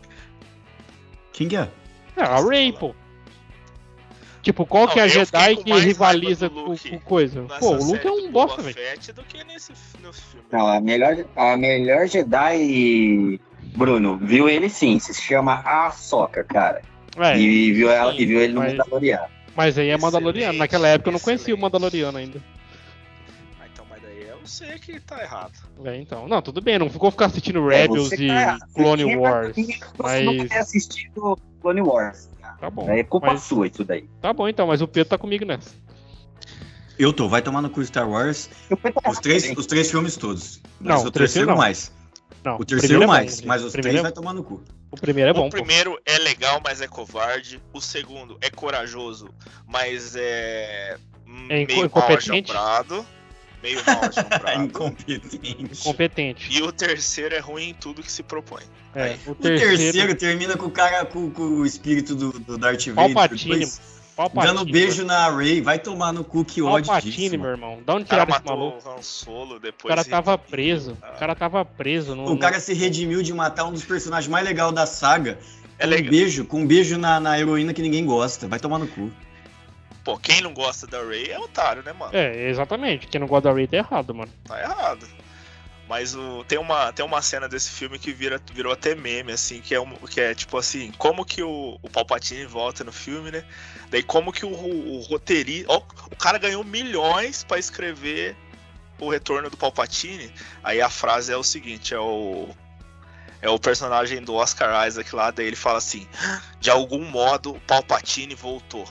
Quem que é? É, a Rey, pô. Tipo, qual Não, que é a eu fiquei Jedi com que mais rivaliza raiva do com, Luke com coisa? nessa Pô, o Luke é série um do bosta, Boba velho. Fett do que nesse no filme. Não, a melhor, a melhor Jedi, Bruno, viu ele sim, se chama Ahsoka, cara. É, e viu ela sim, e viu ele no mas- Mandaloriano. Mas aí é Excelente, Mandaloriano. Naquela época eu não conhecia o excelente. Mandaloriano ainda. Ah, então, mas daí eu sei que tá errado. É, então. Não, tudo bem, não ficou ficar assistindo Rebels Você e tá- Clone você Wars. Você não Mas ter assistido Clone Wars. Cara. tá bom. É culpa Mas, sua isso daí. tá bom então, mas o Pedro tá comigo nessa. Eu tô, vai tomar no cu Star Wars. Eu fui Os três, os três filmes todos. Mas Não, o o terceiro terceiro não. mais. Não, O terceiro primeiro é mais, bom, mas os primeiro três é- vai tomar no cu. O primeiro é bom, O primeiro é legal, mas é covarde. O segundo é corajoso, mas é, hum, É inco- meio mal incompetente. assombrado. Meio mal assombrado. Incompetente. pô. Competente. E o terceiro é ruim em tudo que se propõe. É, o O terceiro, terceiro termina com o cara com, com o espírito do, do Darth Vader. Palpatine, depois Palpatine, dando beijo na Rey. Vai tomar no cu, que ódio Palpatine, disso. meu mano. irmão. Da onde O cara tiraram esse matou maluco? o Han Solo O depois. cara tava redimiu. preso. O cara tava preso. No, O cara se redimiu de matar um dos personagens mais legais da saga. É com um legal. beijo, com um beijo na, na heroína que ninguém gosta. Vai tomar no cu. Pô, quem não gosta da Rey é otário, né, mano? É, exatamente. Quem não gosta da Rey tá errado, mano. Tá errado. Mas o, tem, uma, tem uma cena desse filme que vira, virou até meme, assim, que é, um, que é tipo assim, como que o, o Palpatine volta no filme, né? Daí como que o, o roteirista... ó, o cara ganhou milhões pra escrever o retorno do Palpatine. Aí a frase é o seguinte, é o... É o personagem do Oscar Isaac lá, daí ele fala assim, de algum modo o Palpatine voltou.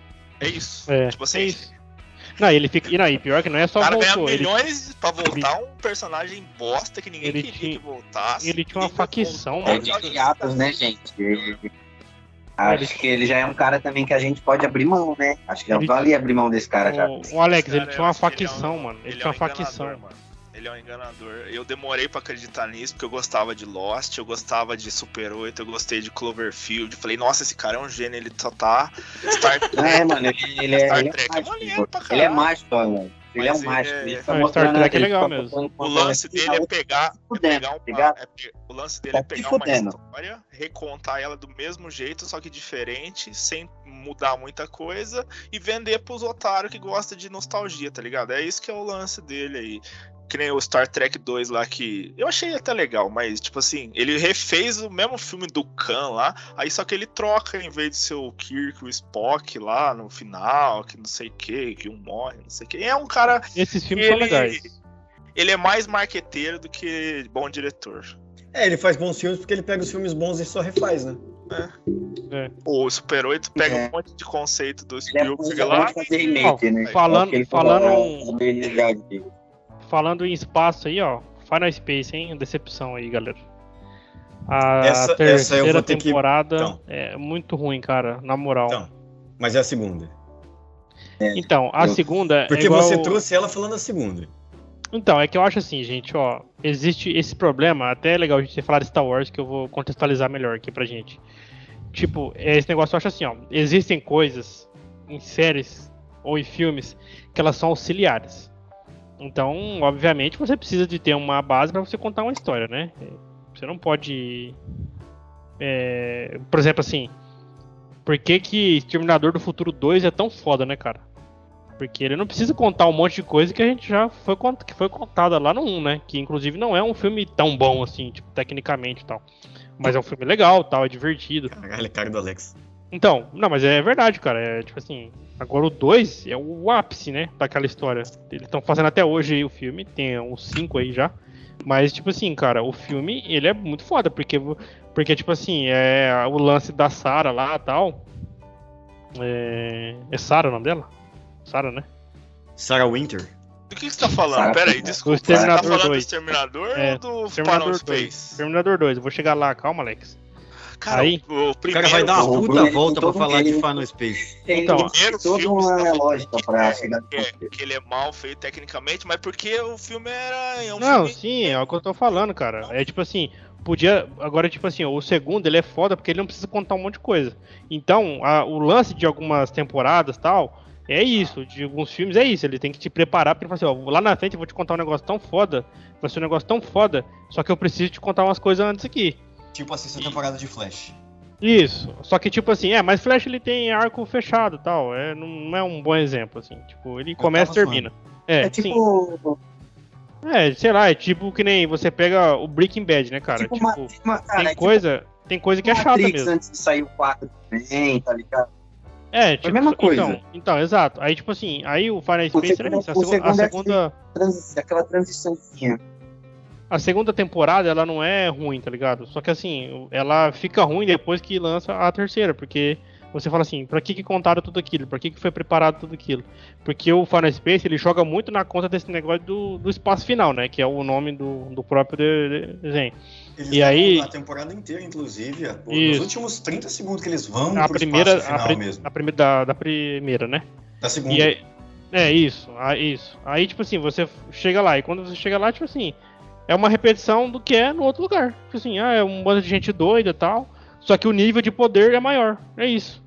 É isso. É, tipo assim, é isso. Não, ele fica. E não, e pior que não é o só cara ganha voltou. Ele, milhões pra voltar um personagem bosta que ninguém Ele queria tinha- que voltasse. ele tinha uma E facção, É mano. de hiatos, né, gente? E- Acho que ele já é um cara também que a gente pode abrir mão, né? Acho que já Ele- vale abrir mão desse cara já. O, o Alex, ele Cara, tinha eu uma acho que ele é um- facção, mano. Ele, Ele tinha é uma um facção. enganador, mano. Ele é um enganador. Eu demorei pra acreditar nisso, porque eu gostava de Lost, eu gostava de Super oito, eu gostei de Cloverfield. Falei, nossa, esse cara é um gênio, ele só tá. Star Trek. É, mano, ele, ele é, Star ele é Trek é mágico. maneiro pra Ele é caralho. mágico, mano. Ele é Mas um mágico. é- Ele tá Não, Star mostrando Trek é ele legal tá mesmo. mostrando O uma lance coisa dele é que pegar, é fudendo, pegar uma, ligado? é pe- o lance dele é Tá se pegar uma fudendo. história, recontar ela do mesmo jeito, só que diferente, sem mudar muita coisa e vender pros otários que gostam de nostalgia, tá ligado? É isso que é o lance dele aí. Que nem o Star Trek dois lá, que eu achei até legal, mas tipo assim, ele refez o mesmo filme do Khan lá, aí só que ele troca, em vez de ser o Kirk, o Spock lá no final, que não sei o que, que um morre, não sei o que. É um cara, Esses filmes são Ele- legais. ele é mais marqueteiro do que bom diretor. É, ele faz bons filmes porque ele pega os filmes bons e só refaz, né? O Super oito pega É. um monte de conceito do Ele é bom Spielberg lá. de fazer remake, né? falando- Ele falando- falou, é, bem legal aqui. Falando em espaço aí, ó. Final Space, hein? Decepção aí, galera. A Essa- essa eu terceira vou ter que- temporada Então. é muito ruim, cara. Na moral. Então, mas é a segunda. Então, a eu- segunda é Porque igual... você trouxe ela falando a segunda. Então, é que eu acho assim, gente, ó, existe esse problema, até é legal a gente ter falado de Star Wars, que eu vou contextualizar melhor aqui pra gente. Tipo, esse negócio eu acho assim, ó, existem coisas em séries ou em filmes que elas são auxiliares. Então, obviamente, você precisa de ter uma base pra você contar uma história, né? Você não pode... é, por exemplo, assim, por que que Exterminador do Futuro dois é tão foda, né, cara? Porque ele não precisa contar um monte de coisa que a gente já foi, cont- que foi contada lá no um, né? Que inclusive não é um filme tão bom assim, tipo, tecnicamente e tal. Mas é um filme legal, tal, é divertido. Caralho, é cara do Alex. Então, não, mas é verdade, cara. É tipo assim, agora o dois é o ápice, né, daquela história. Eles estão fazendo até hoje aí o filme, tem uns cinco aí já. Mas, tipo assim, cara, o filme, ele é muito foda, porque, porque tipo assim, é o lance da Sarah lá e tal. É, é Sarah o nome dela? Sarah, né? Sarah Winter. Do que, que você tá falando? Sarah Pera aí, Connor. desculpa. O Exterminador Você tá falando do dois. Exterminador É, ou do Exterminador Final dois. Space? Exterminador dois, eu vou chegar lá, calma, Alex. Cara, Aí- o O primeiro... cara vai dar uma o- puta ele- volta pra todo falar de ele- Final Space. Tem Então, tem primeiro toda filme, uma você tá lógica falando pra que- chegar que, é- no que ele é mal feito tecnicamente, mas porque o filme era... É um Não, filme... sim, é o que eu tô falando, cara. É tipo assim, podia. Agora, tipo assim, o segundo ele é foda porque ele não precisa contar um monte de coisa. Então, a- o lance de algumas temporadas e tal. É isso, de alguns filmes é isso, ele tem que te preparar pra ele falar assim, ó, lá na frente eu vou te contar um negócio tão foda, vai ser um negócio tão foda, só que eu preciso te contar umas coisas antes aqui. Tipo a sexta temporada de Flash. Isso, só que tipo assim, é, mas Flash ele tem arco fechado e tal, é, não, não é um bom exemplo, assim, tipo, ele começa e tava termina. É, É sim. tipo. É, sei lá, é tipo que nem você pega o Breaking Bad, né, cara? tipo, Tipo, uma, uma- cara, tem é coisa, tem coisa que é tipo chata Matrix mesmo. antes de sair o quatro também, tá ligado? É, tipo, mesma coisa. Então, então, exato. Aí, tipo assim, aí o Final O Space segundo- era isso. A, o segu- a segundo é segunda, Transi- aquela transiçãozinha. a segunda temporada, ela não é ruim, tá ligado? Só que assim, ela fica ruim depois que lança a terceira, porque você fala assim, pra que que contaram tudo aquilo? Pra que que foi preparado tudo aquilo? Porque o Final Space, ele joga muito na conta desse negócio do, do espaço final, né? Que é o nome do, do próprio de- de- desenho. Eles E vão aí- a temporada inteira, inclusive. Pô, Isso. nos últimos trinta segundos que eles vão A pro primeira, espaço a, final pri- mesmo. a primeira da, da primeira, né? Da segunda. E aí, é isso, ah, isso. Aí, tipo assim, você chega lá, e quando você chega lá, tipo assim, é uma repetição do que é no outro lugar. Tipo assim, ah, é um bando de gente doida e tal, só que o nível de poder é maior, é isso.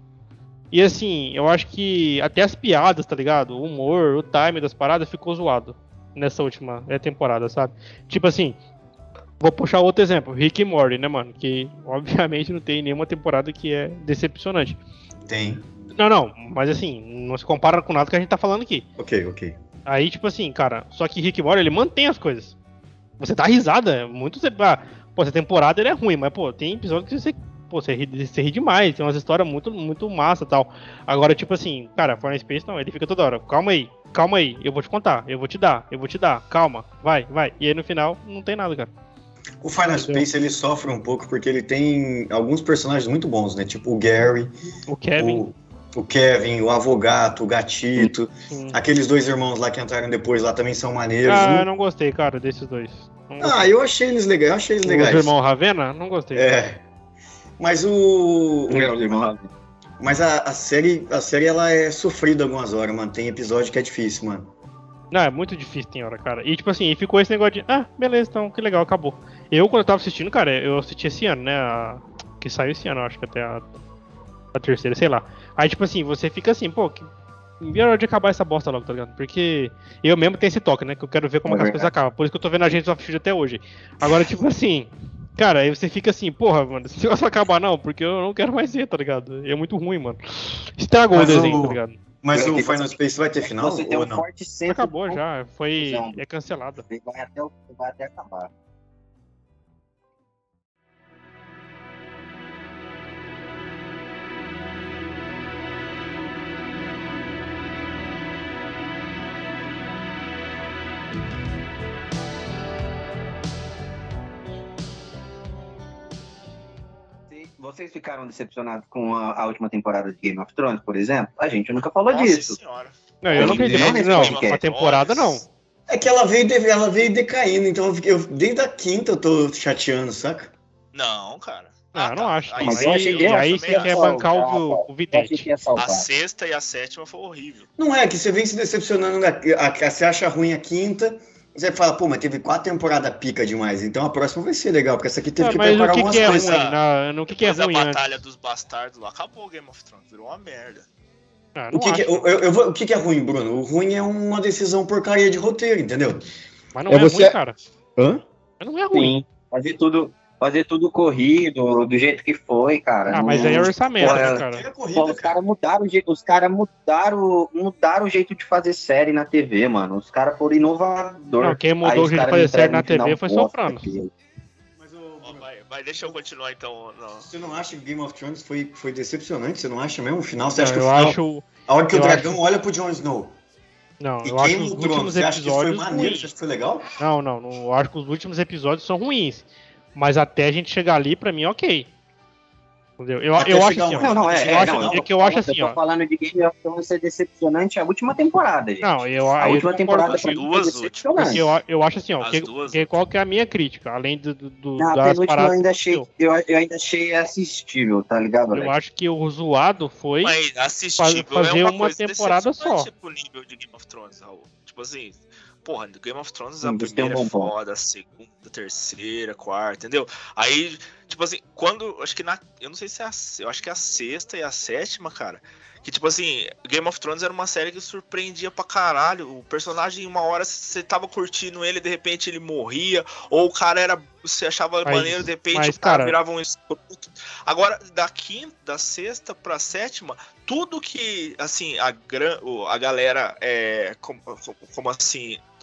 E assim, eu acho que até as piadas, tá ligado? O humor, o time das paradas ficou zoado nessa última é, temporada, sabe? Tipo assim, vou puxar outro exemplo, Rick e Morty, né, mano? Que obviamente não tem nenhuma temporada que é decepcionante. Tem. Não, não, mas assim, não se compara com nada que a gente tá falando aqui. Ok, ok. Aí, tipo assim, cara, só que Rick e Morty, ele mantém as coisas. Você dá risada, é muito... Ah, pô, essa temporada ele é ruim, mas, pô, tem episódio que você... Pô, você ri, você ri demais, tem umas histórias muito, muito massa e tal. Agora, tipo assim, cara, Final Space não, ele fica toda hora, calma aí, calma aí, eu vou te contar, eu vou te dar, eu vou te dar, calma, vai, vai. E aí no final, não tem nada, cara. O Final Space, ele sofre um pouco porque ele tem alguns personagens muito bons, né? Tipo o Gary, O Kevin, o, o Kevin, o Avogato, o Gatito. sim. Aqueles dois irmãos lá que entraram depois lá também são maneiros. Ah, eu Não- não gostei, cara, desses dois. Não Ah, gostei. eu achei eles legais, eu achei eles Os legais. irmãos Ravena? Não gostei. É. Mas o. Meu irmão. Mas a, a série, a série ela é sofrida algumas horas, mano. Tem episódio que é difícil, mano. Não, é muito difícil tem hora, cara. E tipo assim, ficou esse negócio de, ah, beleza, então, que legal, acabou. Eu, quando eu tava assistindo, cara, eu assisti esse ano, né? a- Que saiu esse ano, eu acho que até a, a terceira, sei lá. Aí, tipo assim, você fica assim, pô, que... é hora de acabar essa bosta logo, tá ligado? Porque eu mesmo tenho esse toque, né? Que eu quero ver como É é que as verdade. coisas acabam. Por isso que eu tô vendo a gente of Shield até hoje. Agora, tipo assim, cara, aí você fica assim, porra, mano, esse negócio vai acabar não, porque eu não quero mais ver, tá ligado? É muito ruim, mano. Estragou Mas o desenho, o- tá ligado? Mas Eu o que Final você- Space vai ter final Você tem ou um não? forte centro. Acabou já, foi. Não. É cancelada. Vai até, o- vai até acabar. Se Vocês ficaram decepcionados com a, a última temporada de Game of Thrones, por exemplo? A gente nunca falou Nossa disso. senhora. Não, eu não Não, acredito. nesse Não, podcast. a temporada não. É que ela veio, de- ela veio decaindo, então eu, fiquei- eu- desde a quinta eu tô chateando, saca? Não, cara. Ah, não acho. Aí, Mas sim, eu achei- Aí, eu aí também você acho. quer bancar o, o Eu achei vidente. que ia salvar. A sexta e a sétima foi horrível. Não é, que você vem se decepcionando, na, a, a- você acha ruim a quinta, você fala, pô, mas teve quatro temporadas pica demais, então a próxima vai ser legal, porque essa aqui teve Ah, que mas preparar o que, algumas que é coisas. ruim? Na, no que, que é Depois ruim da antes? Batalha dos Bastardos lá, acabou o Game of Thrones, virou uma merda. Ah, não O que, que, acho. eu, eu vou- o que que é ruim, Bruno? O ruim é uma decisão porcaria de roteiro, entendeu? Mas não É é, você- ruim, cara. Hã? Mas não é ruim. Sim. Fazer tudo, fazer tudo corrido, do jeito que foi, cara. Ah, mas Não- aí é orçamento, Pô, né, é- cara? É Pô, corrida, os cara. caras mudaram o jeito, os caras mudaram, mudaram o jeito de fazer série na T V, mano. Os caras foram inovador. Não, quem mudou Aí o os jeito de caras fazer me série entregam na um final T V foi bosta Sopranos. aqui. Mas, ô, Ó, Bruno, vai, vai, deixa eu continuar então. Não. você não acha que Game of Thrones foi, foi decepcionante? Você não acha mesmo o final? Você acha Não, que o eu final... acho. A hora que o eu dragão acho- olha pro Jon Snow Não, e eu acho queima os o trono, últimos você acha que foi episódios maneiro? Você ruins. acha que foi legal? Não, não, não. Eu acho que os últimos episódios são ruins. Mas até a gente chegar ali, pra mim, ok. Entendeu? Eu, Até eu acho chegar assim, ó. onde? Não, não, é, Eu é, acho- não, é que eu acho assim, eu tô ó. falando de Game of Thrones ser decepcionante a última temporada, gente. Não, eu, a eu última concordo temporada contigo. pra mim Duas foi decepcionante. Porque eu, eu acho assim, ó, As que, duas. que- qual que é a minha crítica? Além do, do, do- Na das penúltima eu paradas. ainda que achei, aconteceu. eu, eu ainda achei assistível, tá ligado, Eu Alex? acho que o zoado foi. Mas assistível fazer é uma, uma coisa temporada decepcionante só. pro nível de Game of Thrones, Raul. Tipo assim, porra, Game of Thrones Hum, a isso tem um primeira é bom ponto. foda, a segunda, a terceira, a quarta, entendeu? Aí, tipo assim, quando, acho que na, eu não sei se é a, eu acho que é a sexta e a sétima, cara, que tipo assim, Game of Thrones era uma série que surpreendia pra caralho, o personagem, uma hora você tava curtindo ele, de repente ele morria, ou o cara era, você achava Mas- maneiro, de repente mas, o cara, cara- virava um escroto. Agora, da quinta, da sexta pra sétima, tudo que, assim, a, gran, o- a galera, é, como, como assim,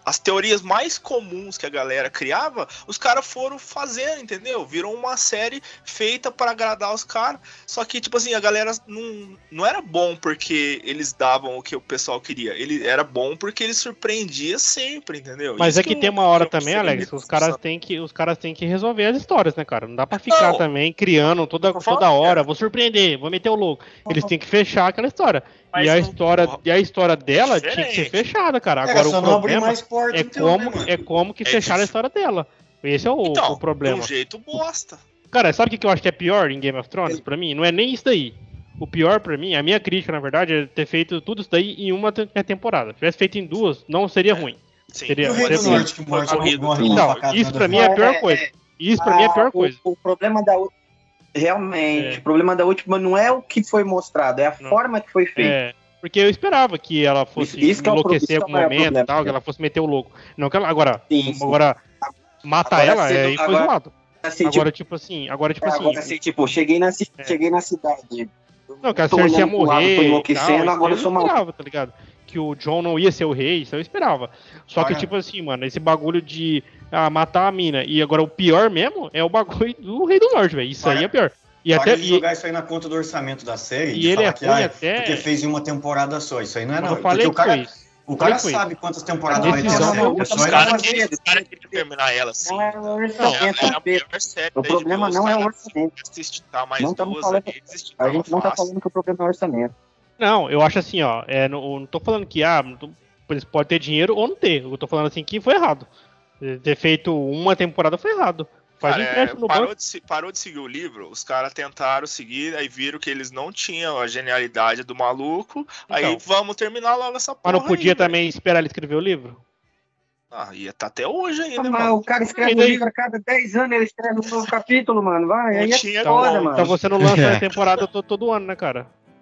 as teorias mais comuns que a galera criava, os caras foram fazendo, entendeu? Virou uma série feita para agradar os caras. Só que, tipo assim, a galera não, não era bom porque eles davam o que o pessoal queria. Ele era bom porque ele surpreendia sempre, entendeu? Mas Isso é que, que tem eu, uma hora eu também, sei, Alex, os caras têm que, os caras têm que resolver as histórias, né, cara? Não dá pra ficar Não. também criando toda, Por favor, toda hora, cara. vou surpreender, vou meter o louco. Eles têm que fechar aquela história. Mas E a não- história, e a história dela tinha que ser diferente. fechada, cara. Era Agora só o não abrir problema mais porta, é então, como, né, mano? é como que É fecharam a difícil. história dela. Esse é o, Então, o problema. de um jeito bosta. Cara, sabe o que que eu acho que é pior em Game of Thrones? Pra mim, não é nem isso daí. O pior pra mim, a minha crítica, na verdade, é ter feito tudo isso daí em uma te- temporada. Se tivesse feito em duas, não seria ruim. Sim. Seria- E o Rei do Assim, Norte que morre, corrido, morre tudo. com uma Não, facada isso na pra mim é a pior É, coisa. Isso pra mim é a pior Ah, o- coisa. O, problema da última. Realmente, É. o problema da última não é o que foi mostrado, é a Não. forma que foi feito. É, porque eu esperava que ela fosse Isso- isso que é o pro- enlouquecer em isso algum que é o maior momento e problema. tal, que ela fosse meter o louco. Não que ela. Agora, Sim, sim. agora matar Agora, ela sendo- é, aí foi agora- zoado. Assim, Agora, tipo assim, agora, tipo tipo, assim. agora, assim, tipo, cheguei na, ci- É. cheguei na cidade. Não, que a tô Cersei ia olhando pro lado, tô morrer. e tal, enlouquecendo, isso agora eu sou maluco. esperava, tá ligado? Que o Jon não ia ser o rei, isso eu esperava. Só que, Cara. tipo assim, mano, esse bagulho de ah, matar a mina. E agora o pior mesmo é o bagulho do Rei do Norte, velho. Isso Cara, aí é pior. E Para até. de E, jogar isso aí na conta do orçamento da série e de ele falar é que ruim ah, até- porque fez em uma temporada só. Isso aí não é mas não. eu falei Porque o que cara, foi isso. o Eu cara falei que foi sabe quantas temporadas A vai ter. decisão a série. não- É só Os ele caras fazer. queriam, os cara queriam terminar ela assim. Não é o Não, orçamento, Era a Pedro. melhor série O da problema H B O, não os é o caras orçamento. Se esticar mais Não estamos duas falando- ali, eles A esticavam gente não tá fácil. falando que o problema é o orçamento. Não, eu acho assim, ó. É, não, não tô falando que ah, não tô- eles podem ter dinheiro ou não ter. Eu tô falando assim que foi errado. Ter feito uma temporada foi errado. Faz um Cara, é, empréstimo no parou, banco. de, se- parou de seguir o livro, os caras tentaram seguir, aí viram que eles não tinham a genialidade do maluco, aí Então. vamos terminar logo essa Mas porra não podia aí, também esperar ele escrever o livro? velho. Ah, ia tá até hoje ainda, Mas mano. o cara escreve E um daí? livro a cada dez anos, ele escreve um novo capítulo, mano. Vai, Não aí é tinha foda, como. mano. Então você não lança a temporada to- todo ano, né, cara?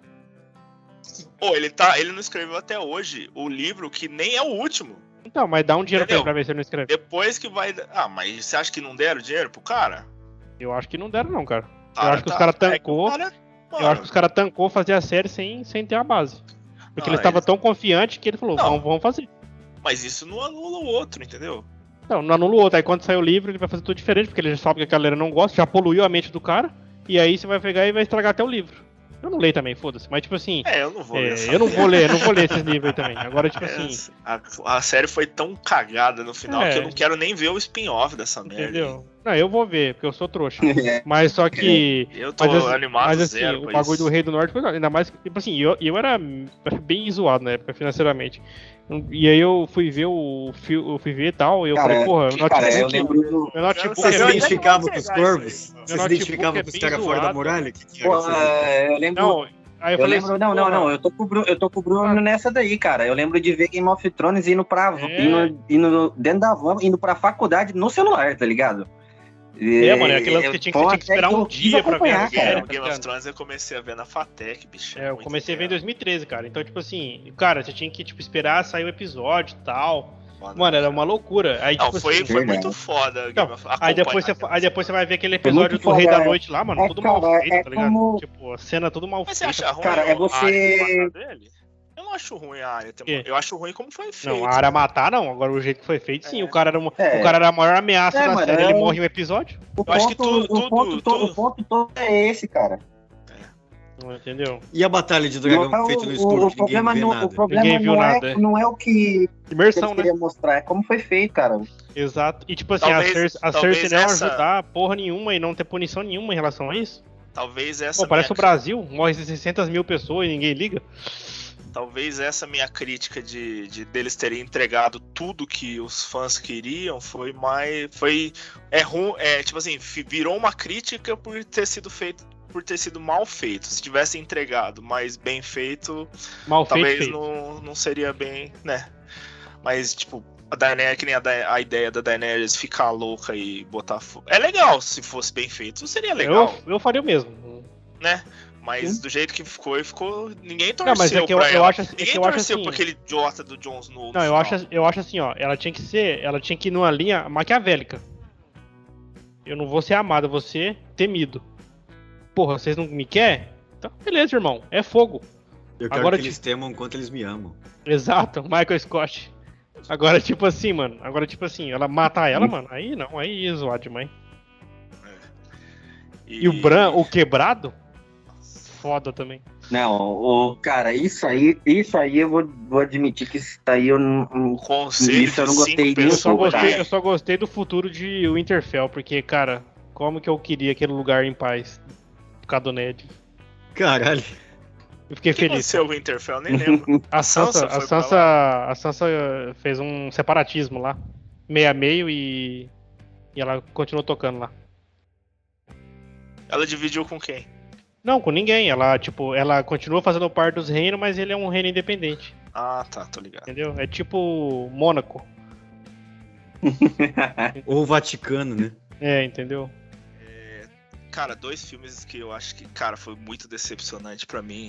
Pô, ele, tá, ele não escreveu até hoje o livro que nem é o último. Então, mas dá um dinheiro pra ele Entendeu? pra ver se ele não escreve. Depois que vai. Ah, mas você acha que não deram dinheiro pro cara? Eu acho que não deram, não, cara. Cara, acho que os tá- cara é que o tancou, cara- Eu mano, acho que os caras tancou fazer a série sem, sem ter a base. Porque Não, ele estava eles- tão confiante que ele falou, Não. vamos, vamos fazer. Mas isso não anula o outro, entendeu? Não, não anula o outro. Aí quando sair o livro, ele vai fazer tudo diferente, porque ele já sabe que a galera não gosta, já poluiu a mente do cara. E aí você vai pegar e vai estragar até o livro. Eu não leio também, foda-se. Mas tipo assim, É, eu não vou é, ler essa eu não vou ler, não vou ler esses livros aí também. Agora, tipo É, assim, a, a série foi tão cagada no final É. que eu não quero nem ver o spin-off dessa merda. entendeu? Não, eu vou ver, porque eu sou trouxa. Mas só que. Eu tô Mas, assim, animado mas assim, zero o com bagulho isso. do Rei do Norte foi. Ainda mais que, tipo assim, eu, eu era bem zoado na época, financeiramente. E aí eu fui ver o filme, eu fui ver e tal, e eu Cara, falei, porra, meu Cara, eu notebook, lembro do. meu notebook Você é se Eu bem- nem identificava vou com os pegar corvos? isso aí, Você se notebook identificava é com os bem caras fora da zoado. muralha? Que que Pô, era isso? é, eu lembro. Não, aí eu, Eu falei lembro, assim, não, não, porra, não, eu tô com o Bruno, eu tô com o Bruno nessa daí, cara. Eu lembro de ver Game of Thrones indo pra, É. indo, indo dentro da van, indo pra faculdade no celular, tá ligado? É, mano, é aquilo que tinha que- foi uma tinha que esperar série um eu quis dia pra ver acompanhar, a É, série. cara. o Game of Thrones eu comecei a ver na Fatec, bicho. É, eu muito comecei a ver em tempo. dois mil e treze, cara. Então, tipo assim, cara, você tinha que, tipo, esperar sair o episódio e tal. Mano, Mano, era uma loucura. Aí, Não, tipo foi, assim, foi verdade. muito foda. Não, Game of- aí depois, você, acompanhar aí depois você vai ver aquele Foi muito episódio do Rei foda, da é. Noite lá, mano, É, tudo cara, mal feito, é tá ligado? como- Tipo, a cena tudo mal Mas você feita. acha ruim Cara, é a você- área matar dele? Eu não acho ruim a área. Quê? Eu acho ruim como foi feito. Não, a área matar não, agora o jeito que foi feito, sim, É. o cara era, uma, É. o cara era a maior ameaça É, da mano, série, é ele um- morre em um episódio, O Eu acho que ponto, tudo- o, ponto tudo- todo, tudo- o ponto todo é esse, cara. não entendeu? E a batalha de dragão Não, feita no o, escuro, o, que ninguém problema vê não, nada. o problema Ninguém viu não, é, nada, é. não é o que Imersão, eles né? queriam mostrar, é como foi feito, cara. Exato. E tipo assim, Talvez- a Cersei, a talvez Cersei não essa- ajudar porra nenhuma e não ter punição nenhuma em relação a isso. Talvez essa Pô, parece o minha- Brasil, morre seiscentas mil pessoas e ninguém liga. Talvez essa minha crítica de, de deles terem entregado tudo que os fãs queriam foi mais. Foi. É ruim. É, tipo assim, fi- virou uma crítica por ter sido feito. Por ter sido mal feito. Se tivesse entregado, mas bem feito, Mal feito, talvez feito. não, não seria bem, né? Mas, tipo, a Daenerys, que nem a, Da- a ideia da Daenerys ficar louca e botar fogo. É legal se fosse bem feito, seria legal, Eu, eu faria o mesmo. né? Mas do jeito que ficou, ficou. Ninguém torceu Não, mas é que eu, pra eu ela. acho, é Ninguém que eu acho torceu assim. por aquele idiota do Jon Snow. no Não, eu final. acho, eu acho assim, ó. Ela tinha que ser. Ela tinha que ir numa linha maquiavélica. Eu não vou ser amado, eu vou ser temido. Porra, vocês não me querem? Então, beleza, irmão. É fogo. Eu quero Agora que te- eles temam quanto eles me amam. Exato, Michael Scott. Agora, tipo assim, mano. Agora, tipo assim, ela mata ela, mano. Aí não, aí ia zoar demais. E, E o Bran, o quebrado? Foda também. Não, o, cara, isso aí, isso aí eu vou, vou admitir que isso aí eu não. o conselho Isso eu não de gostei cinco nem Eu só, um pouco, gostei, cara. eu só gostei do futuro de Winterfell, porque, cara, como que eu queria aquele lugar em paz por causa do Ned. Caralho. Eu fiquei O que feliz. aconteceu o Winterfell? Nem lembro. A Sansa, Sansa a foi pra Sansa, a Sansa eh, fez um separatismo lá, meio a meio, e, e ela continuou tocando lá. Ela dividiu com quem? Não, com ninguém. Ela, tipo, ela continua fazendo parte dos reinos, mas ele é um reino independente, Ah, tá, tô ligado. entendeu? É tipo Mônaco. Ou o Vaticano, né? É, entendeu? Cara, dois filmes que eu acho que, cara, foi muito decepcionante pra mim.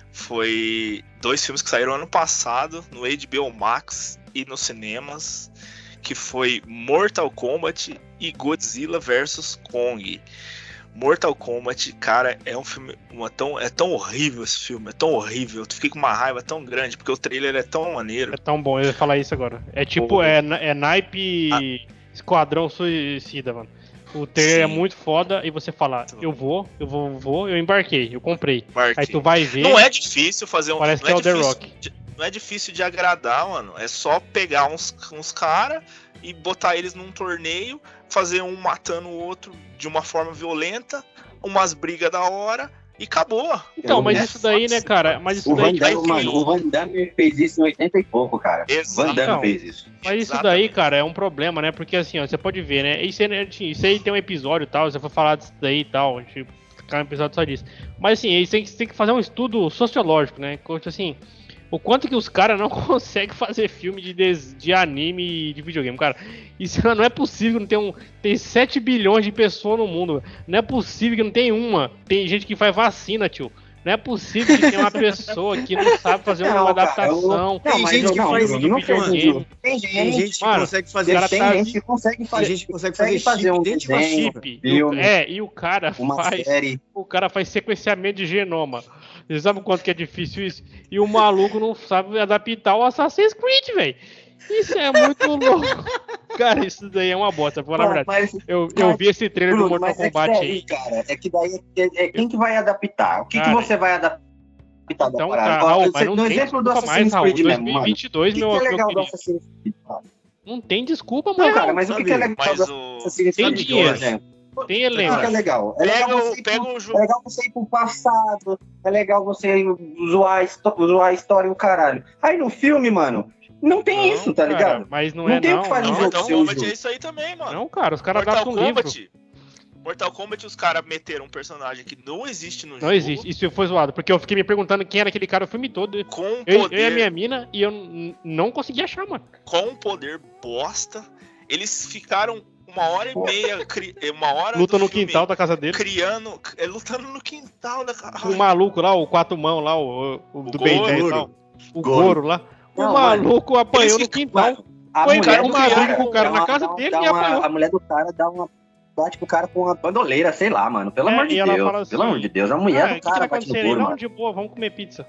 Foi dois filmes que saíram ano passado no H B O Max e nos cinemas, que foi Mortal Kombat e Godzilla versus Kong. Mortal Kombat, cara, é um filme uma tão, é tão horrível esse filme, é tão horrível. Eu fiquei com uma raiva tão grande, porque o trailer é tão maneiro. É tão bom, eu ia falar isso agora. É tipo, Porra. é, é naipe Esquadrão Suicida, mano. O trailer Sim. é muito foda e você fala, eu vou, eu vou, vou, eu embarquei, eu comprei. Marquei. Aí tu vai ver, Não é difícil fazer um parece não que é é o The difícil Rock. de- não é difícil de agradar, mano. É só pegar uns, uns caras e botar eles num torneio, fazer um matando o outro de uma forma violenta, umas brigas da hora e acabou. Então, mas É isso daí, né, fácil, cara, mas isso O Van daí, vai Damme, ter mano, um- o Van Damme fez isso em oitenta e pouco, cara. Exato. Van Damme Não. fez isso. mas isso Exatamente. daí, cara, é um problema, né, porque assim, ó, você pode ver, né, isso aí, isso aí tem um episódio e tal, você for falar disso daí e tal, a gente ficar um episódio só disso. Mas assim, aí você tem que, tem que fazer um estudo sociológico, né, tipo assim, o quanto que os caras não conseguem fazer filme de, des- de anime e de videogame, cara. Isso não é possível, não tem um. Tem sete bilhões de pessoas no mundo. Não é possível que não tem uma. Tem gente que faz vacina, tio. Não é possível que tenha uma pessoa que não sabe fazer uma Não, cara, adaptação. Não, Tem mas gente eu que não, faz eu isso não no fez videogame. isso. Tem gente, Tem gente que Mano, consegue fazer o cara tem tá- gente que consegue A fazer, gente consegue consegue fazer fazer chip um dentro de desenho, Chip. E o, filme, é, e o cara uma faz. série. O cara faz sequenciamento de genoma. Você sabe o quanto que é difícil isso? E o maluco não sabe adaptar o Assassin's Creed, velho. Isso é muito louco. Cara, isso daí é uma bosta, pra falar a verdade. Mas, Eu, eu vi esse trailer do Bruno, Mortal mas é que Kombat daí, aí. cara, é que daí é, é quem que vai adaptar? O que, que Cara, você vai adaptar da Então, parada? cara, Ó, Raul, você- mas não no tem exemplo do desculpa mais, Assassin's Raul. Creed mesmo, mano. dois mil e vinte e dois, O que, meu, que é meu legal do querido. Assassin's Creed? Cara? Não tem desculpa Não, mais, cara, Raul. mas o que, que é legal Mas do o. Assassin's Tem Creed, dinheiro. por exemplo? Tem O que, que é elenco. legal? É legal, Pega, você o, ir pega pro, o é jogo. legal você ir pro passado, é legal você zoar a, histó- zoar a história e o caralho. Aí no filme, mano, não tem Não, isso, tá Cara, ligado? mas não, Não é tem o não. que fazer não, um jogo Mortal seu Kombat jogo. é isso aí também, mano. Não, cara, os caras Mortal adaptam um livro. Kombat. Mortal Kombat, os caras meteram um personagem que não existe no jogo. Não existe. Isso foi zoado. Porque eu fiquei me perguntando quem era aquele cara o filme todo. Com um Eu, poder, eu e a minha mina e eu n- não consegui achar, mano. com um poder bosta. Eles ficaram uma hora e meia, cri- uma hora Luta do no filme quintal da casa dele. criando, é, lutando no quintal da casa. O maluco lá, o quatro mão lá, o, o do O Ben Goro. dez e tal. O Goro. Goro lá. O Não, maluco apanhou eles no ficam- quintal. Mano, a Foi, mulher cara, do uma briga cara com o cara dá na uma- casa dá- dele dá e uma- apanhou. A mulher do cara dá uma. Bate pro cara com uma bandoleira, sei lá, mano. Pelo É, amor de e ela Deus. fala assim, Pelo amor de Deus. A mulher Ah, o do que, que vai cara bate no acontecer aí? couro, Não, mano. de boa, vamos comer pizza.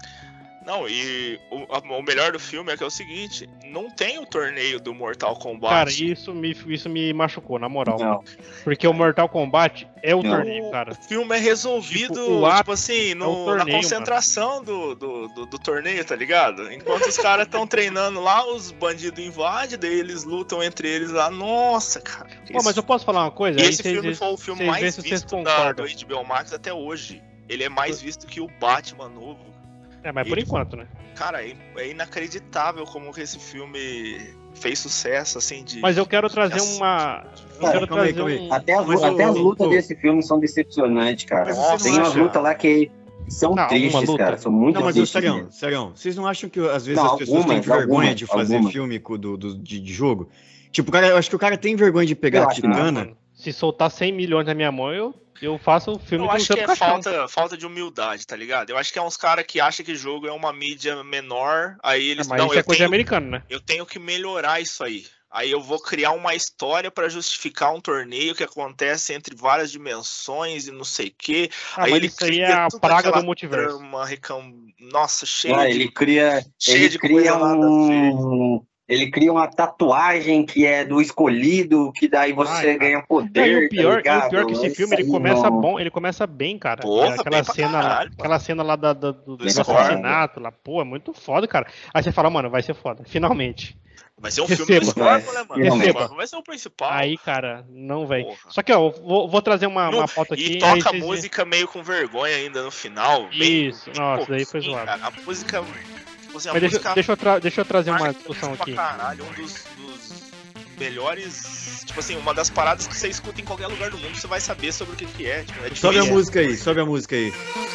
Não, e o, a- o melhor do filme é que é o seguinte, não tem o torneio do Mortal Kombat. Cara, isso me, isso me machucou, na moral. Não. Porque o Mortal Kombat é o Não. torneio, cara. O filme é resolvido, Tipo, tipo, o ato assim, no- é o torneio, na concentração do, do, do, do torneio, tá ligado? Enquanto os caras estão treinando lá, os bandidos invadem, daí eles lutam entre eles lá. Nossa, cara. Pô, mas eu posso falar uma coisa? E Aí esse vocês- filme foi o filme vocês vê mais se vocês visto da, concordam. do H B O Max até hoje. Ele é mais visto que o Batman novo. É, mas por Ele- enquanto, né? Cara, é, é inacreditável como que esse filme fez sucesso, assim, de... Mas eu quero trazer uma. Eu Cara, quero calma aí, trazer calma aí. um. Até as, Mas até o- as lutas o- desse filme são decepcionantes, cara. Mas você Tem não umas acha? lutas lá que são Não, tristes, alguma luta? cara. São muito Não, mas, ô, tristes. Serião, Serião, vocês não acham que às vezes Não, as pessoas têm algumas, vergonha algumas, de fazer algumas. filme com- do, do- de, de jogo? Tipo, o cara, eu acho que o cara tem vergonha de pegar Eu a acho que não, Kitana. Mano, se soltar cem milhões na minha mão, eu, eu faço o filme Eu com o acho seu que é caixão. falta, falta de humildade, tá ligado? Eu acho que é uns caras que acham que jogo é uma mídia menor, aí É, eles... mas não, isso eu é coisa tenho, americana, né? eu tenho que melhorar isso aí. Aí eu vou criar uma história pra justificar um torneio que acontece entre várias dimensões e não sei o quê. Ah, aí mas ele isso aí cria é a toda praga aquela do multiverso. trama, recam... Nossa, cheio Ah, de... ele cria, cheio ele de cria coisa nada a ver. um, Ele cria uma tatuagem que é do escolhido, que daí você Ai, ganha Não, poder. e o pior, tá e o pior é que esse ligado? filme ele Isso aí começa não- bom, ele começa bem, cara. Porra, aquela bem pra cena lá, caralho, aquela cena lá da, da- do, do Do score. assassinato lá, pô, é muito foda, cara. Aí você fala, mano, vai ser foda, finalmente. Vai ser um Receba. filme do Scorpion, né, mano? Receba. O Scorpion vai ser o principal. Aí, cara, não, velho. Porra. Só que, ó, eu vou, vou trazer uma, Não, uma foto aqui. e aí toca a vocês- música meio com vergonha ainda no final. bem- Isso, nossa, daí foi pouquinho, zoado. cara. A música. Tipo assim, a Mas deixa, música deixa, eu tra- deixa eu trazer uma marca discussão pra aqui. caralho, um dos, dos melhores. Tipo assim, uma das paradas que você escuta em qualquer lugar do mundo, você vai saber sobre o que, que é. Tipo, é Sobe a difícil. música aí, sobe a música aí.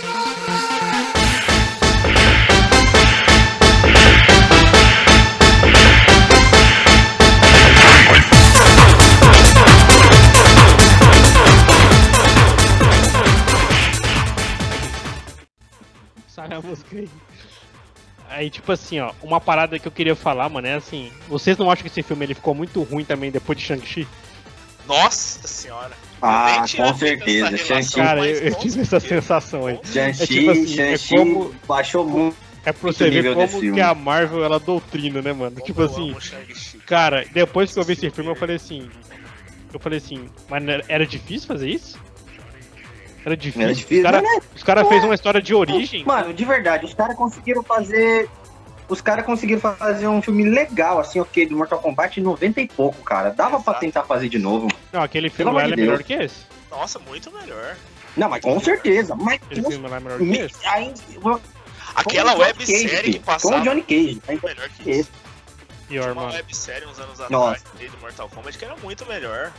Sabe a música aí? Aí, tipo assim, ó, uma parada que eu queria falar, mano, é assim, vocês não acham que esse filme ele ficou muito ruim também depois de Shang-Chi? Nossa senhora. Ah, Eu nem tinha com visto certeza, essa relação, Shang-Chi. Cara, mas eu, eu com tive essa certeza. sensação aí. Shang-Chi, É tipo assim, é Shang-Chi como- baixou muito. É pra você ver nível desse como filme. que a Marvel, ela doutrina, né, mano? Como Tipo eu assim, amo Shang-Chi. cara, depois que eu vi esse filme, eu falei assim, eu falei assim, mas era- era difícil fazer isso? Era difícil. Era difícil, Os caras né? os cara fez uma história de origem. Mano, de verdade, os caras conseguiram fazer. Os caras conseguiram fazer um filme legal, assim, ok, do Mortal Kombat em noventa e pouco, cara. Dava pra Exato. tentar fazer de novo. Não, aquele Pelo filme amor lá de é melhor Deus. que esse. Nossa, muito melhor. Não, mas com certeza. Mas Aquele filme lá é melhor que me- esse. aí, Aquela com o Johnny websérie Cage, que filho. passava. Com o Johnny Cage. muito melhor que Esse. isso. Tinha Pior, uma mano. websérie uns anos Nossa. atrás aí do Mortal Kombat que era muito melhor.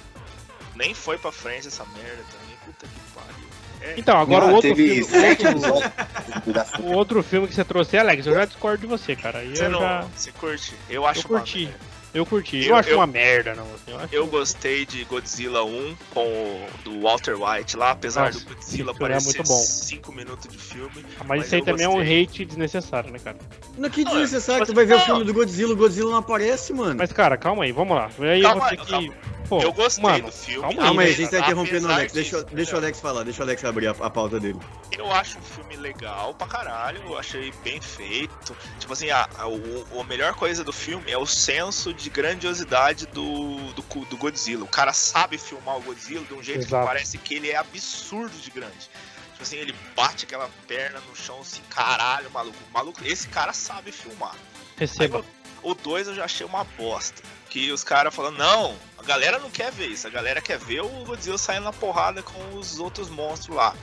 Nem foi pra frente essa merda também. Puta que pariu. É, Então, agora Não, o outro teve filme. sete O outro, episódios. o outro filme que você trouxe é Alex, eu já discordo de você, cara. Aí você eu não. já. Você curte? Eu acho Eu curti. uma merda. Eu curti. Eu, Eu- acho eu- uma merda, não. Assim, eu acho Eu gostei de Godzilla um com o do Walter White lá, apesar Nossa, do Godzilla esse filme é parecer muito bom. cinco minutos de filme. Mas, mas isso aí eu também é um gostei. hate desnecessário, né, cara? Não, que Não, desnecessário, mas- tu vai ver o não. filme do Godzilla, o Godzilla não aparece, mano. Mas, cara, calma aí, vamos lá. Aí Calma eu vou aí, ter que. calma. Pô, Eu gostei mano, do filme. calma Calma aí, a velho. gente tá interrompendo o Alex. Deixa, disso, deixa o Alex falar, deixa o Alex abrir a, a pauta dele. Eu acho um filme legal pra caralho, eu achei bem feito. Tipo assim, a, a, o, a melhor coisa do filme é o senso de grandiosidade do, do, do Godzilla. O cara sabe filmar o Godzilla de um jeito Exato. que parece que ele é absurdo de grande. Tipo assim, ele bate aquela perna no chão assim, caralho, maluco. Maluco, esse cara sabe filmar. Aí, Receba. o dois eu já achei uma bosta. Que os caras falando, não, a galera não quer ver isso. A galera quer ver o Godzilla saindo na porrada com os outros monstros lá.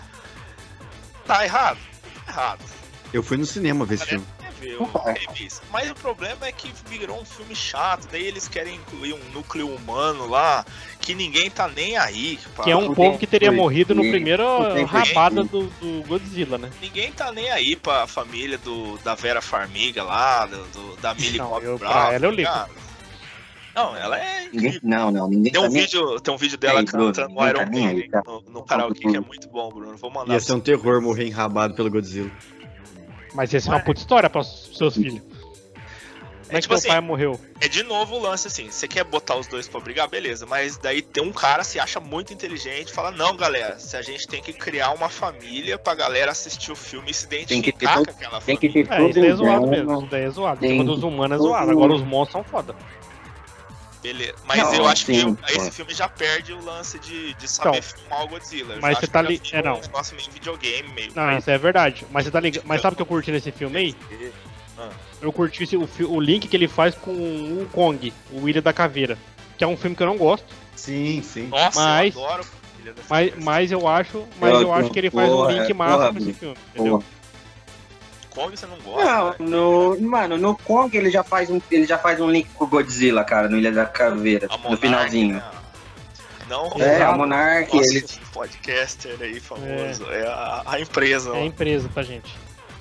Tá errado? Tá errado. Eu fui no cinema ver A esse galera filme. quer ver o revista. Mas o problema é que virou um filme chato. Daí eles querem incluir um núcleo humano lá que ninguém tá nem aí. Pra... Que é um Não povo tem que teria foi. morrido no Não primeiro tem foi. rabada do, do Godzilla, né? Ninguém tá nem aí pra família do, da Vera Farmiga lá, do, do- da Millie Não, Bobby eu- Brown. pra ela eu tá ligo. ligado? Não, ela é Ninguém- incrível. Não, não, ninguém Tem um, tá nem- vídeo, tem um vídeo dela Ei, Bruno, cantando ninguém Iron tá nem aí, Maiden tá? no, no karaokê, que é muito bom, Bruno. Vou mandar Ia pra ser um você. terror morrer enrabado pelo Godzilla. Mas essa é uma puta história para seus filhos. Como é que tipo teu assim, pai morreu? É de novo o lance assim, você quer botar os dois pra brigar, beleza, mas daí tem um cara se acha muito inteligente e fala, não galera, se a gente tem que criar uma família pra galera assistir o filme e se Tem que identificar ter com aquela Tem família. que ter É, todo isso daí é zoado um mesmo. drama. Isso daí é zoado. Tem Quando os humanos é todo zoado. um- Agora os monstros são foda. Beleza. Mas Não, eu acho sim, que esse é. filme já perde o lance de, de saber Então, filmar o Godzilla. Eu mas já você acho tá que li- já fica é, não. um negócio meio videogame, meio. Não, mas- isso é verdade. Mas você tá ligado. Mas sabe o que eu curti nesse filme aí? Ah. Eu curti esse- o, fi- o link que ele faz com o Kong, o Ilha da Caveira. Que é um filme que eu não gosto. Sim, sim. Nossa, Mas- eu adoro. Filha dessa Mas, criança. mas eu acho. Mas Eu- eu acho que ele faz um porra, link massa porra, com esse Bruno. filme. Entendeu? Pô. Kong você não gosta? Não, no, mano, no Kong ele já faz um, ele já faz um link com o Godzilla, cara, no Ilha da Caveira, A no Monarch, finalzinho. né? Não, É, Exato. a Monark, nosso ele podcaster aí famoso. É, a, a empresa. É ó. empresa, tá, gente?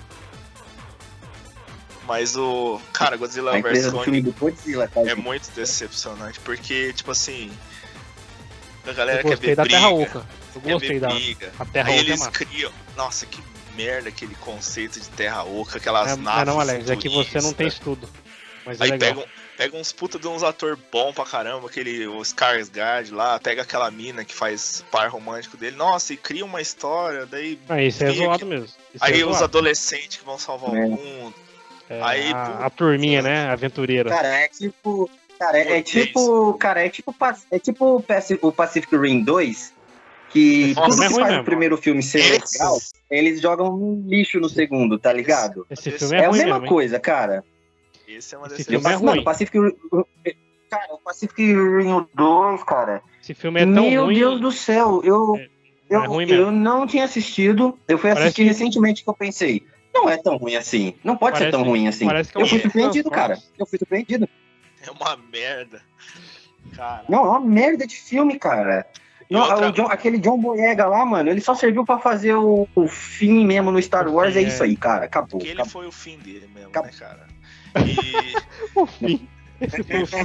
Mas o. Cara, Godzilla a empresa vs do Kong filme do Godzilla, cara. é muito decepcionante. Porque, tipo assim. A galera Eu quer gostei ver da briga. Terra Oca. Eu Quer gostei ver da. briga. A Terra Aí Oca é eles massa. criam. Nossa, que merda aquele conceito de Terra Oca, aquelas É, naves. é não, Alex, é que você não tem futuristas. estudo. Mas é Aí legal. pega, um, pega uns puta de uns ator bom pra caramba, aquele o Skarsgård lá, pega aquela mina que faz par romântico dele, nossa, e cria uma história, daí Ah, isso é cria zoado que- mesmo. Isso aí é os zoado. adolescentes que vão salvar É. o mundo. É, Aí, a, pô, a turminha, né? Aventureira. Cara, é tipo. Cara, é, é tipo. Cara, é tipo, é tipo o Paci- o Pacific Rim dois, que Nossa, tudo é que ruim faz mesmo. o primeiro filme ser Esse- legal, eles jogam no lixo no segundo, tá ligado? Esse Esse- filme É, é a ruim mesma mesmo, hein? coisa, cara. Esse é uma Esse decepção. filme é Mano, ruim. o Pacific Rim. Cara, o Pacific Rim dois, cara. Esse filme é tão Meu ruim. Deus do céu, eu, É, eu, é ruim mesmo. eu não tinha assistido. Eu fui Parece assistir que- recentemente que eu pensei, não é tão ruim assim. Não pode ser Parece- tão ruim assim. parece que é um Eu fui filme surpreendido, Transformers. cara. Eu fui surpreendido. É uma merda. Cara. Não, é uma merda de filme, cara. E Não, outra- o John- aquele John Boyega lá, mano, ele só serviu pra fazer o, o fim mesmo no Star O Wars. fim, É é. isso aí, cara. Acabou. Porque ele acabou. foi o fim dele mesmo, Acabou. né, cara? E... O fim. Esse foi o fim.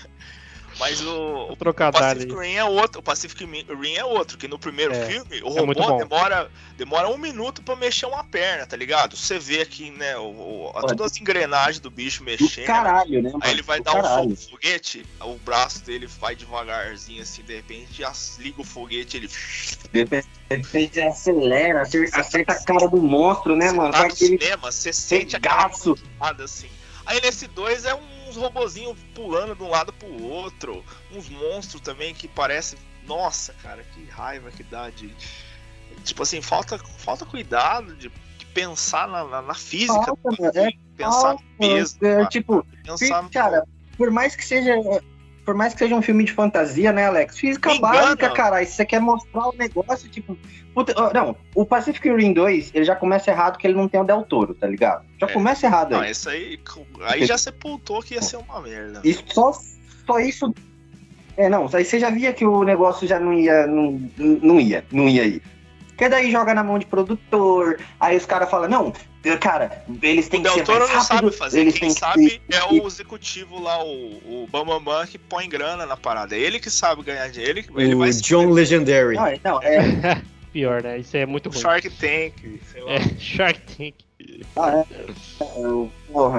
Mas o, O o trocadilho Pacific aí. Rim é outro. O Pacific Rim é outro. Que no primeiro É, filme, o é muito robô bom. demora, demora um minuto pra mexer uma perna, tá ligado? Você vê aqui, né, o, o, a- todas as engrenagens do bicho Do mexendo. caralho, né, mano? Aí ele vai Do dar um caralho. fo- foguete, o braço dele vai devagarzinho assim, de repente as- liga o foguete, ele De repente acelera, acerta acerta a cara do monstro, né, mano? tá Faz no aquele cinema, você sente aquela regaço. nada assim. Aí nesse dois é uns robozinhos pulando de um lado pro outro, uns monstros também que parecem. Nossa, cara, que raiva que dá de. Tipo assim, falta, falta cuidado de, de pensar na, na, na física, Falta, do mano, bagulho, pensar no peso, É, cara, tipo, pensar no. cara, por mais que seja. Por mais que seja um filme de fantasia, né, Alex? Física Me engana. básica, caralho. Se você quer mostrar o negócio, tipo. Puta, ó, não, o Pacific Rim dois, ele já começa errado que ele não tem o Del Toro, tá ligado? Já É. começa errado Não, aí. isso aí. Aí já sepultou que ia ser uma merda. E só, só isso. É, não, aí você já via que o negócio já não ia. Não, não ia, não ia ir. Porque daí joga na mão de produtor, aí os caras falam, não, cara, eles têm O que Del ser Toro mais não rápido, sabe fazer, eles quem têm que sabe ser- é o executivo lá, o, o Bambambam, que põe grana na parada. É ele que sabe ganhar dinheiro, ele, ele O vai John Legendary. Não, é- não, é, Pior, né? Isso é muito o ruim. Shark Tank, sei lá. É, Shark Tank. ah, é, é, porra,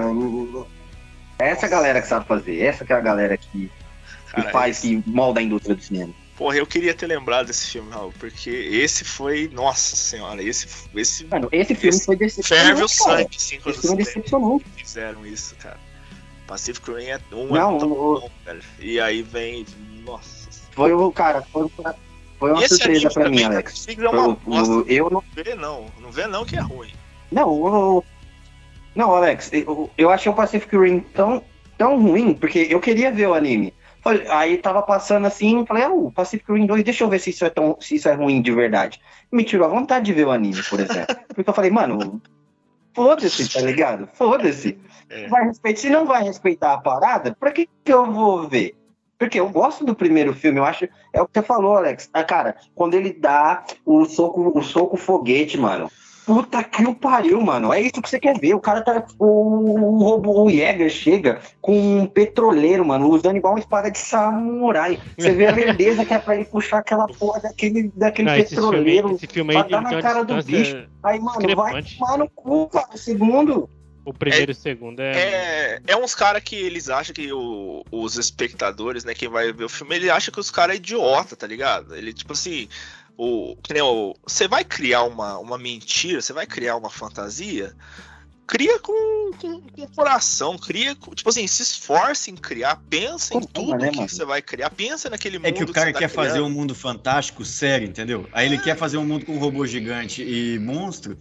é essa galera que sabe fazer, essa que é a galera que, que Cara, faz, esse- que molda a indústria do cinema. Porra, eu queria ter lembrado desse filme, Raul, porque esse foi, nossa senhora, esse, esse Mano, esse filme Esse foi decepcionante, ferve o cara. sangue, assim, quando Esse filme é os decepcionante. fizeram isso, cara. Pacific Rim é um Não, é muito o- bom, velho. E aí vem, nossa. Foi o, cara, foi, foi uma E esse surpresa anime pra também mim, da Alex. Netflix é Foi uma o- bosta. o- eu não Não vê não, não vê não que é ruim. Não, o- não, Alex, eu, eu achei o Pacific Rim tão, tão ruim, porque eu queria ver o anime. Falei- Aí tava passando assim, falei, ah, o Pacific Rim dois, deixa eu ver se isso, é tão, se isso é ruim de verdade. Me tirou a vontade de ver o anime, por exemplo. Porque eu falei, mano, foda-se, tá ligado? Foda-se. É. Vai respeitar, se não vai respeitar a parada, pra que, que eu vou ver? Porque eu gosto do primeiro filme, eu acho. É o que você falou, Alex. Ah, cara, quando ele dá o soco, o soco foguete, mano. Puta que o pariu, mano. É isso que você quer ver. O cara tá. O, o robô, o Jäger chega com um petroleiro, mano, usando igual uma espada de samurai. Você vê a lerdeza que é pra ele puxar aquela porra daquele, daquele Não, esse filme, petroleiro. esse filme aí pra dar na tem uma cara do distância Aí, mano, vai discrepante. tomar no cu, cara. Segundo. O primeiro e o segundo é. É, é uns caras que eles acham que o- os espectadores, né, quem vai ver o filme, ele acha que os caras é idiota, tá ligado? Ele, tipo assim, o, que nem o, você vai criar uma, uma mentira, você vai criar uma fantasia, cria com, com, com coração, cria, com, tipo assim, se esforce em criar, pensa em Pô, tudo né, que mano? você vai criar, pensa naquele mundo É que o cara você tá quer fazer criando. um mundo fantástico sério, entendeu? Aí ele quer fazer um mundo com robô gigante e monstro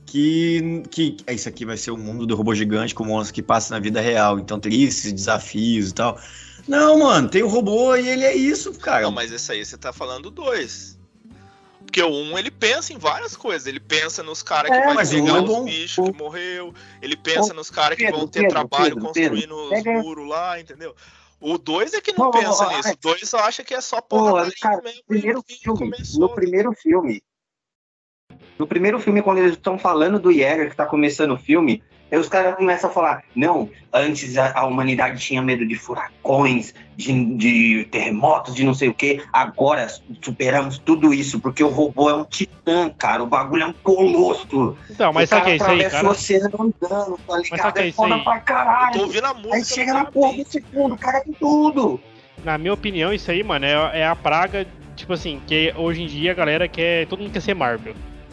que, que isso aqui vai ser o mundo do robô gigante com monstro que passa na vida real. Então tem esses desafios e tal. Não, mano, tem o robô e ele é isso, cara. Não, mas esse aí você tá falando dois. Porque o um, ele pensa em várias coisas. Ele pensa nos caras que É, vai mas pegar um é os bom. bichos que morreu. Ele pensa nos caras que Pedro, vão ter Pedro, trabalho Pedro, construindo os pega- muros lá, entendeu? O dois é que não Não, pensa ó, nisso. Alex. O dois só acha que é só Pô, porradaria cara, mesmo. primeiro e filme, começou. no primeiro filme, no primeiro filme, quando eles estão falando do Jäger, que tá começando o filme, aí os caras começam a falar, não, antes a, a humanidade tinha medo de furacões, de, de terremotos, de não sei o quê, agora superamos tudo isso, porque o robô é um titã, cara, o bagulho é um colosso. Então, mas o sabe o cara que é isso aí, atravessa cara? o oceano andando, tá sabe ligado? que é É isso foda aí? pra Eu tô caralho. ouvindo a música. Aí chega do na cara porra bem. do segundo, o cara tem tudo. Na minha opinião, isso aí, mano, é, é a praga, tipo assim, que hoje em dia a galera quer. Todo mundo quer ser Marvel.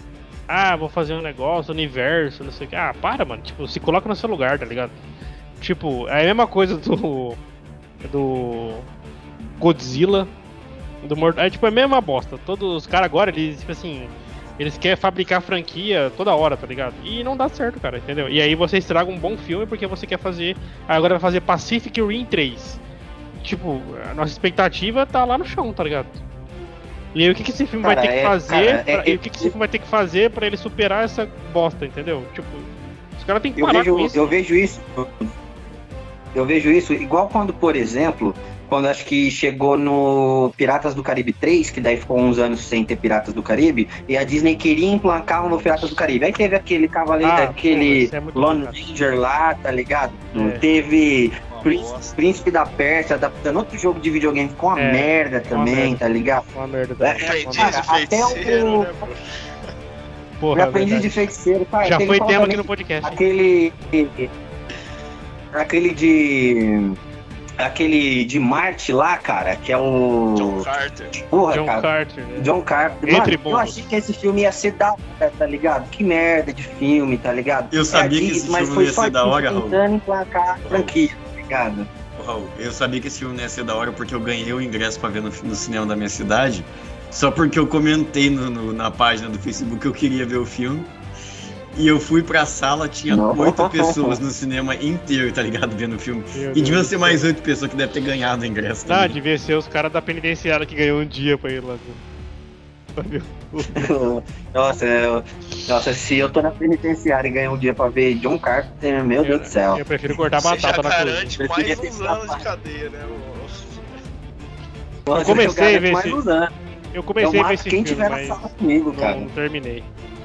Ah, vou fazer um negócio, universo, não sei o que. Ah, para, mano. Tipo, se coloca no seu lugar, tá ligado? Tipo, é a mesma coisa do. Do. Godzilla. Do Mortal. É tipo, é a mesma bosta. Todos os caras agora, eles, tipo assim. Eles querem fabricar franquia toda hora, tá ligado? E não dá certo, cara, entendeu? E aí você estraga um bom filme porque você quer fazer. Agora vai fazer Pacific Rim três. Tipo, a nossa expectativa tá lá no chão, tá ligado? E aí o que, que esse filme Cara, vai ter que é- fazer. cara, pra- é- E o que, que esse filme vai ter que fazer pra ele superar essa bosta, entendeu? Tipo, os caras têm que Eu parar vejo, com isso. eu vejo isso. Eu vejo isso igual quando, por exemplo, quando acho que chegou no Piratas do Caribe três, que daí ficou uns anos sem ter Piratas do Caribe, e a Disney queria emplacar um no Piratas do Caribe. Aí teve aquele cavaleiro, Ah, aquele pô, isso é muito Lone bom, cara. Ranger lá, tá ligado? É. Teve Uma Príncipe, bosta. Príncipe da Pérsia, adaptando outro jogo de videogame, ficou uma É, merda uma também, merda. tá ligado? Uma merda. É, também. é, Uma cara, Feitiço, merda. até o- feiticeiro, né, pô? Porra, Eu aprendi verdade. de feiticeiro, cara. Já teve foi qual tema também? aqui no podcast. hein? Aquele. Aquele de. Aquele de Marte lá, cara, que é o. John Carter. Porra, John cara. Carter, né? John Carter. Entre Mano, eu bons. achei que esse filme ia ser da hora, tá ligado? Que merda de filme, tá ligado? Eu sabia É a que esse Disney, mas filme foi ia só ser da Disney hora, Raul. tentando emplacar a franquia, tá ligado? Ô, Raul, eu sabia que esse filme não ia ser da hora porque eu ganhei o ingresso pra ver no, no cinema da minha cidade. Só porque eu comentei no- no- na página do Facebook que eu queria ver o filme. E eu fui pra sala, tinha Não. oito pessoas no cinema inteiro, tá ligado? Vendo o filme. Meu E Deus deviam do ser céu. mais oito pessoas que devem ter ganhado o ingresso Não, também. devia ser os caras da penitenciária que ganhou um dia pra ir lá. Pra ver o- Nossa, eu- nossa, se eu tô na penitenciária e ganho um dia pra ver John Carter, meu Deus do céu. Eu prefiro cortar Você já batata na cozinha. garante Eu mais queria ter uns anos escapado. de cadeia, né? Nossa, comecei garanto a ver mais esse- uns anos. Eu Eu comecei a ver mato esse quem filme, tiver na mas sala comigo, cara. não terminei.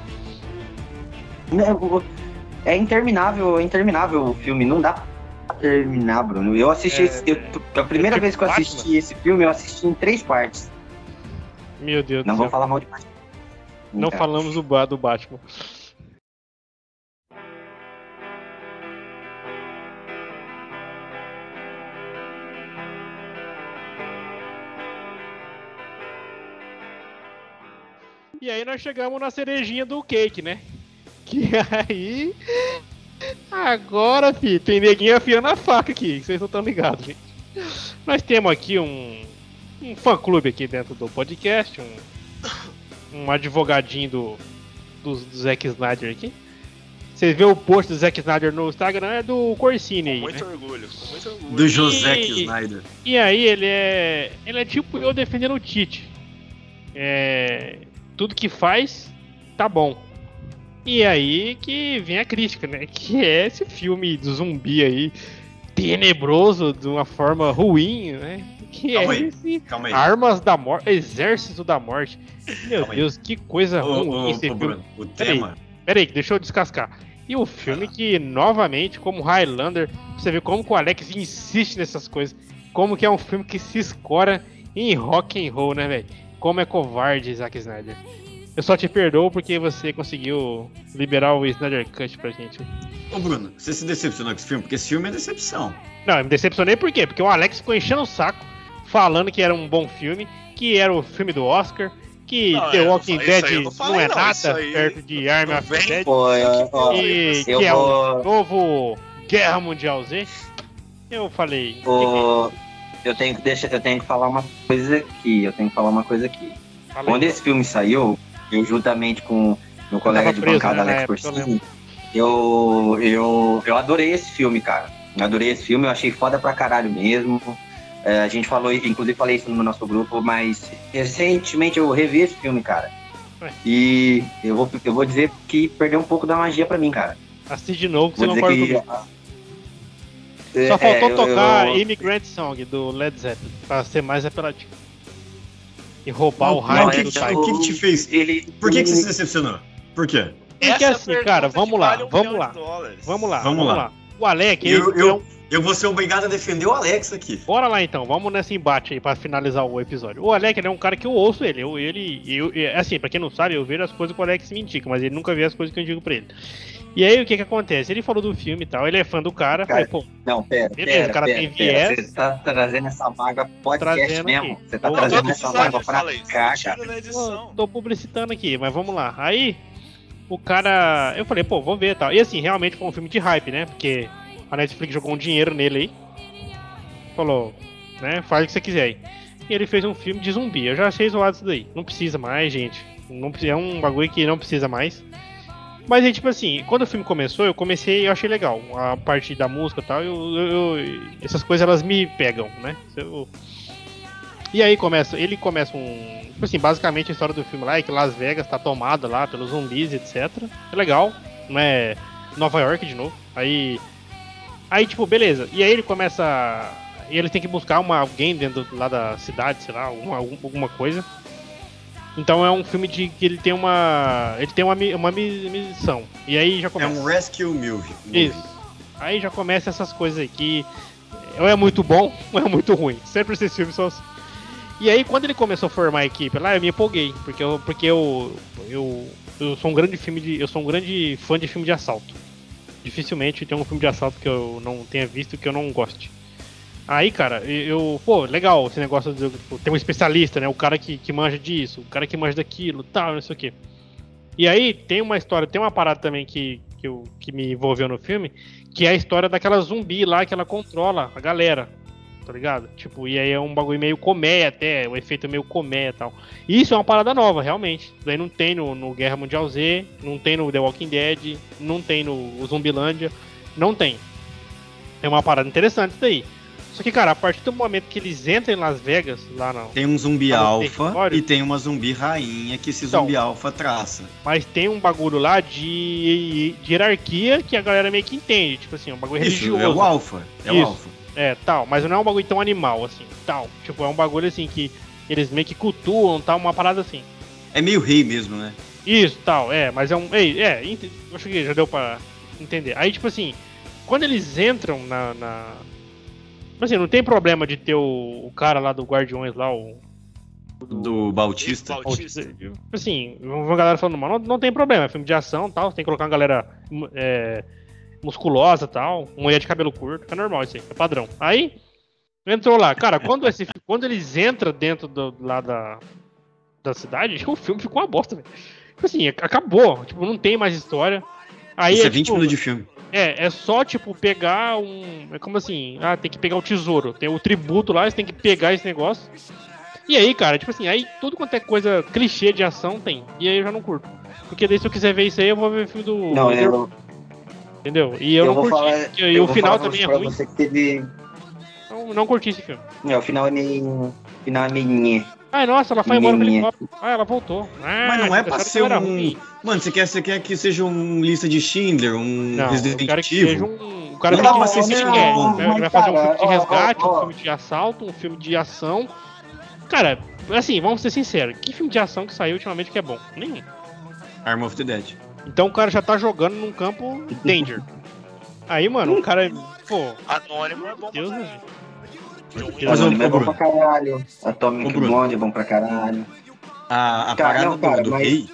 Não, É interminável, é interminável o filme, não dá pra terminar, Bruno. Eu assisti, É, esse, eu- a primeira é tipo vez que eu assisti Batman. esse filme, eu assisti em três partes. Meu Deus Não do vou céu. falar mal de Batman. Não Cara. falamos do, Ba- do Batman. E aí nós chegamos na cerejinha do cake, né? Que aí. Agora, fi, tem neguinho afiando a faca aqui, que vocês não estão ligados, gente. Nós temos aqui um, um fã-clube aqui dentro do podcast, um, um advogadinho do, do, do Zack Snyder aqui. Vocês vê o post do Zack Snyder no Instagram, é do Corsini aí, Com né? muito orgulho, com muito orgulho. Do José E- Snyder. E aí ele é. Ele é tipo eu defendendo o Tite. É. Tudo que faz, tá bom. E aí que vem a crítica, né? Que é esse filme do zumbi aí, tenebroso, de uma forma ruim, né? Que Calma é aí, esse Calma aí. Armas da Morte, Exército da Morte. Meu Calma aí. Deus, que coisa Ô, ruim ô, esse ô, filme. Bruno, o Peraí. tema. Pera aí, deixa eu descascar. E o filme que, novamente, como Highlander, você vê como que o Alex insiste nessas coisas. Como que é um filme que se escora em rock and roll, né, velho? Como é covarde, Zack Snyder. Eu só te perdoo porque você conseguiu liberar o Snyder Cut pra gente. Ô, Bruno, você se decepcionou com esse filme? Porque esse filme é decepção. Não, eu me decepcionei por quê? Porque o Alex ficou enchendo o saco, falando que era um bom filme, que era o filme do Oscar, que Não, The é, Walking isso Dead aí eu não não, falei, é não, nada isso aí perto de Army não of vem. the Dead. Pô, eu, ó, E eu que é vou- o novo Guerra Mundial Z. Eu falei. Ô, eu tenho que deixar, eu tenho que falar uma coisa aqui. Eu tenho que falar uma coisa aqui. falei, Quando esse filme saiu, eu juntamente com meu colega tava de preso, bancada, né, na Alex época, eu Corsini, eu, eu, eu adorei esse filme, cara. Eu adorei esse filme, eu achei foda pra caralho mesmo. É, a gente falou, inclusive falei isso no nosso grupo, mas recentemente eu revi esse filme, cara. Ué. E eu vou, eu vou dizer que perdeu um pouco da magia pra mim, cara. Assiste de novo que Vou você não dizer pode que... comigo. É, Só faltou eu- tocar eu- Immigrant Song do Led Zeppelin pra ser mais apelativo. E roubar Não, o mas raio o que do que- Taika. o que que te fez? Ele, Por que, que você ele- se decepcionou? Por quê? Porque Essa é a assim, pergunta cara, que vamos lá, vale um vamos milhão lá. de dólares. Vamos lá, Vamos vamos lá. lá. O Alec, ele Eu, é eu, um- eu vou ser obrigado a defender o Alex aqui. Bora lá então, vamos nesse embate aí pra finalizar o episódio. O Alec ele é um cara que eu ouço ele, eu, ele, eu, é, assim, pra quem não sabe, eu vejo as coisas que o Alex me indica, mas ele nunca vê as coisas que eu digo pra ele. E aí o que que acontece? Ele falou do filme e tal, ele é fã do cara, Cara, falei, pô, Não, pera, Beleza, pera, o cara pera, tem pera. viés. Você tá trazendo essa vaga podcast Trazendo mesmo? aqui. Você tá Não, trazendo Todo essa episódio vaga eu pra falo isso, cá, tira cara. na Tô, edição. tô publicitando aqui, mas vamos lá. Aí, o cara... Eu falei, pô, vou ver e tal. E assim, realmente foi um filme de hype, né? Porque a Netflix jogou um dinheiro nele aí. Falou, né? Faz o que você quiser aí. E ele fez um filme de zumbi. Eu já achei zoado isso daí. Não precisa mais, gente. Não precisa, é um bagulho que não precisa mais. Mas aí, tipo assim, quando o filme começou, eu comecei e eu achei legal. A parte da música e tal, eu, eu, eu, essas coisas elas me pegam, né? Eu, e aí começa, ele começa um... Tipo assim, basicamente a história do filme lá é que Las Vegas tá tomada lá pelos zumbis, etcétera. É legal, não é Nova York de novo. Aí, aí tipo, beleza. E aí ele começa... E ele tem que buscar uma, alguém dentro lá da cidade, sei lá, alguma, alguma coisa. Então é um filme de que ele tem uma. Ele tem uma, uma missão. E aí já começa. É um rescue movie. Isso. Aí já começa essas coisas aí que ou é muito bom ou é muito ruim. Sempre esses filmes são assim. E aí quando ele começou a formar a equipe lá, eu me empolguei. Porque eu, porque eu, eu, eu sou um grande filme de. Eu sou um grande fã de filme de assalto. Dificilmente tem um filme de assalto que eu não tenha visto que eu não goste. Aí, cara, eu... Pô, legal esse negócio de ter um especialista, né? O cara que, que manja disso, o cara que manja daquilo, tal, não sei o quê. E aí, tem uma história, tem uma parada também que, que, eu, que me envolveu no filme, que é a história daquela zumbi lá que ela controla a galera, tá ligado? Tipo, e aí é um bagulho meio colmeia até, o efeito é meio colmeia e tal. E isso é uma parada nova, realmente. Daí não tem no, no Guerra Mundial Z, não tem no The Walking Dead, não tem no Zumbilândia, não tem. É uma parada interessante isso daí. Só que, cara, a partir do momento que eles entram em Las Vegas, lá na... Tem um zumbi alfa e tem uma zumbi rainha que esse então, zumbi alfa traça. Mas tem um bagulho lá de, de hierarquia que a galera meio que entende. Tipo assim, um bagulho Isso, religioso. é o alfa. É Isso. o alfa. É, tal. Mas não é um bagulho tão animal, assim, tal. Tipo, é um bagulho, assim, que eles meio que cultuam, tal, uma parada assim. É meio rei mesmo, né? Isso, tal, é. Mas é um... Ei, é, ent... acho que já deu pra entender. Aí, tipo assim, quando eles entram na... na... Assim, não tem problema de ter o, o cara lá do Guardiões lá, o... Do, do Bautista. Bautista. Assim, uma galera falando, não, não tem problema, é filme de ação e tal, tem que colocar uma galera é, musculosa e tal, mulher de cabelo curto, é normal isso aí, é padrão. Aí, entrou lá, cara, quando, esse, quando eles entram dentro do, lá da, da cidade, o filme ficou uma bosta, velho. Tipo assim, acabou, tipo, não tem mais história. Aí isso é, é vinte tipo, minutos de filme. É, é só, tipo, pegar um... É como assim, ah, tem que pegar o tesouro. Tem o tributo lá, você tem que pegar esse negócio. E aí, cara, tipo assim, aí tudo quanto é coisa clichê de ação tem. E aí eu já não curto. Porque daí se eu quiser ver isso aí, eu vou ver o filme do... Não, eu... Entendeu? E eu, eu não curti. Falar, e o final também é ruim. Você que teve... Não, não curti esse filme. É, o final é meio... O final é meio... Ai, nossa, ela foi embora no helicóptero. Ah, ela voltou. Ah, mas não é pra ser um... Ruim. Mano, você quer, você quer que seja um lista de Schindler, um não, Resident Evil? Eu quero que seja um... O cara não, tem que não, assistir não, quer. não, Vai, mas, vai fazer cara, um filme de ó, resgate, ó, ó. um filme de assalto, um filme de ação. Cara, assim, vamos ser sinceros. Que filme de ação que saiu ultimamente que é bom? Nenhum. Arm of the Dead. Então o cara já tá jogando num campo danger. Aí, mano, o cara... Pô... Anônimo é bom Deus, pra né, O Anônimo é bom pra caralho. Atomic Blonde é bom pra caralho. A, a Cara, parada não, cara, do, do mas- rei...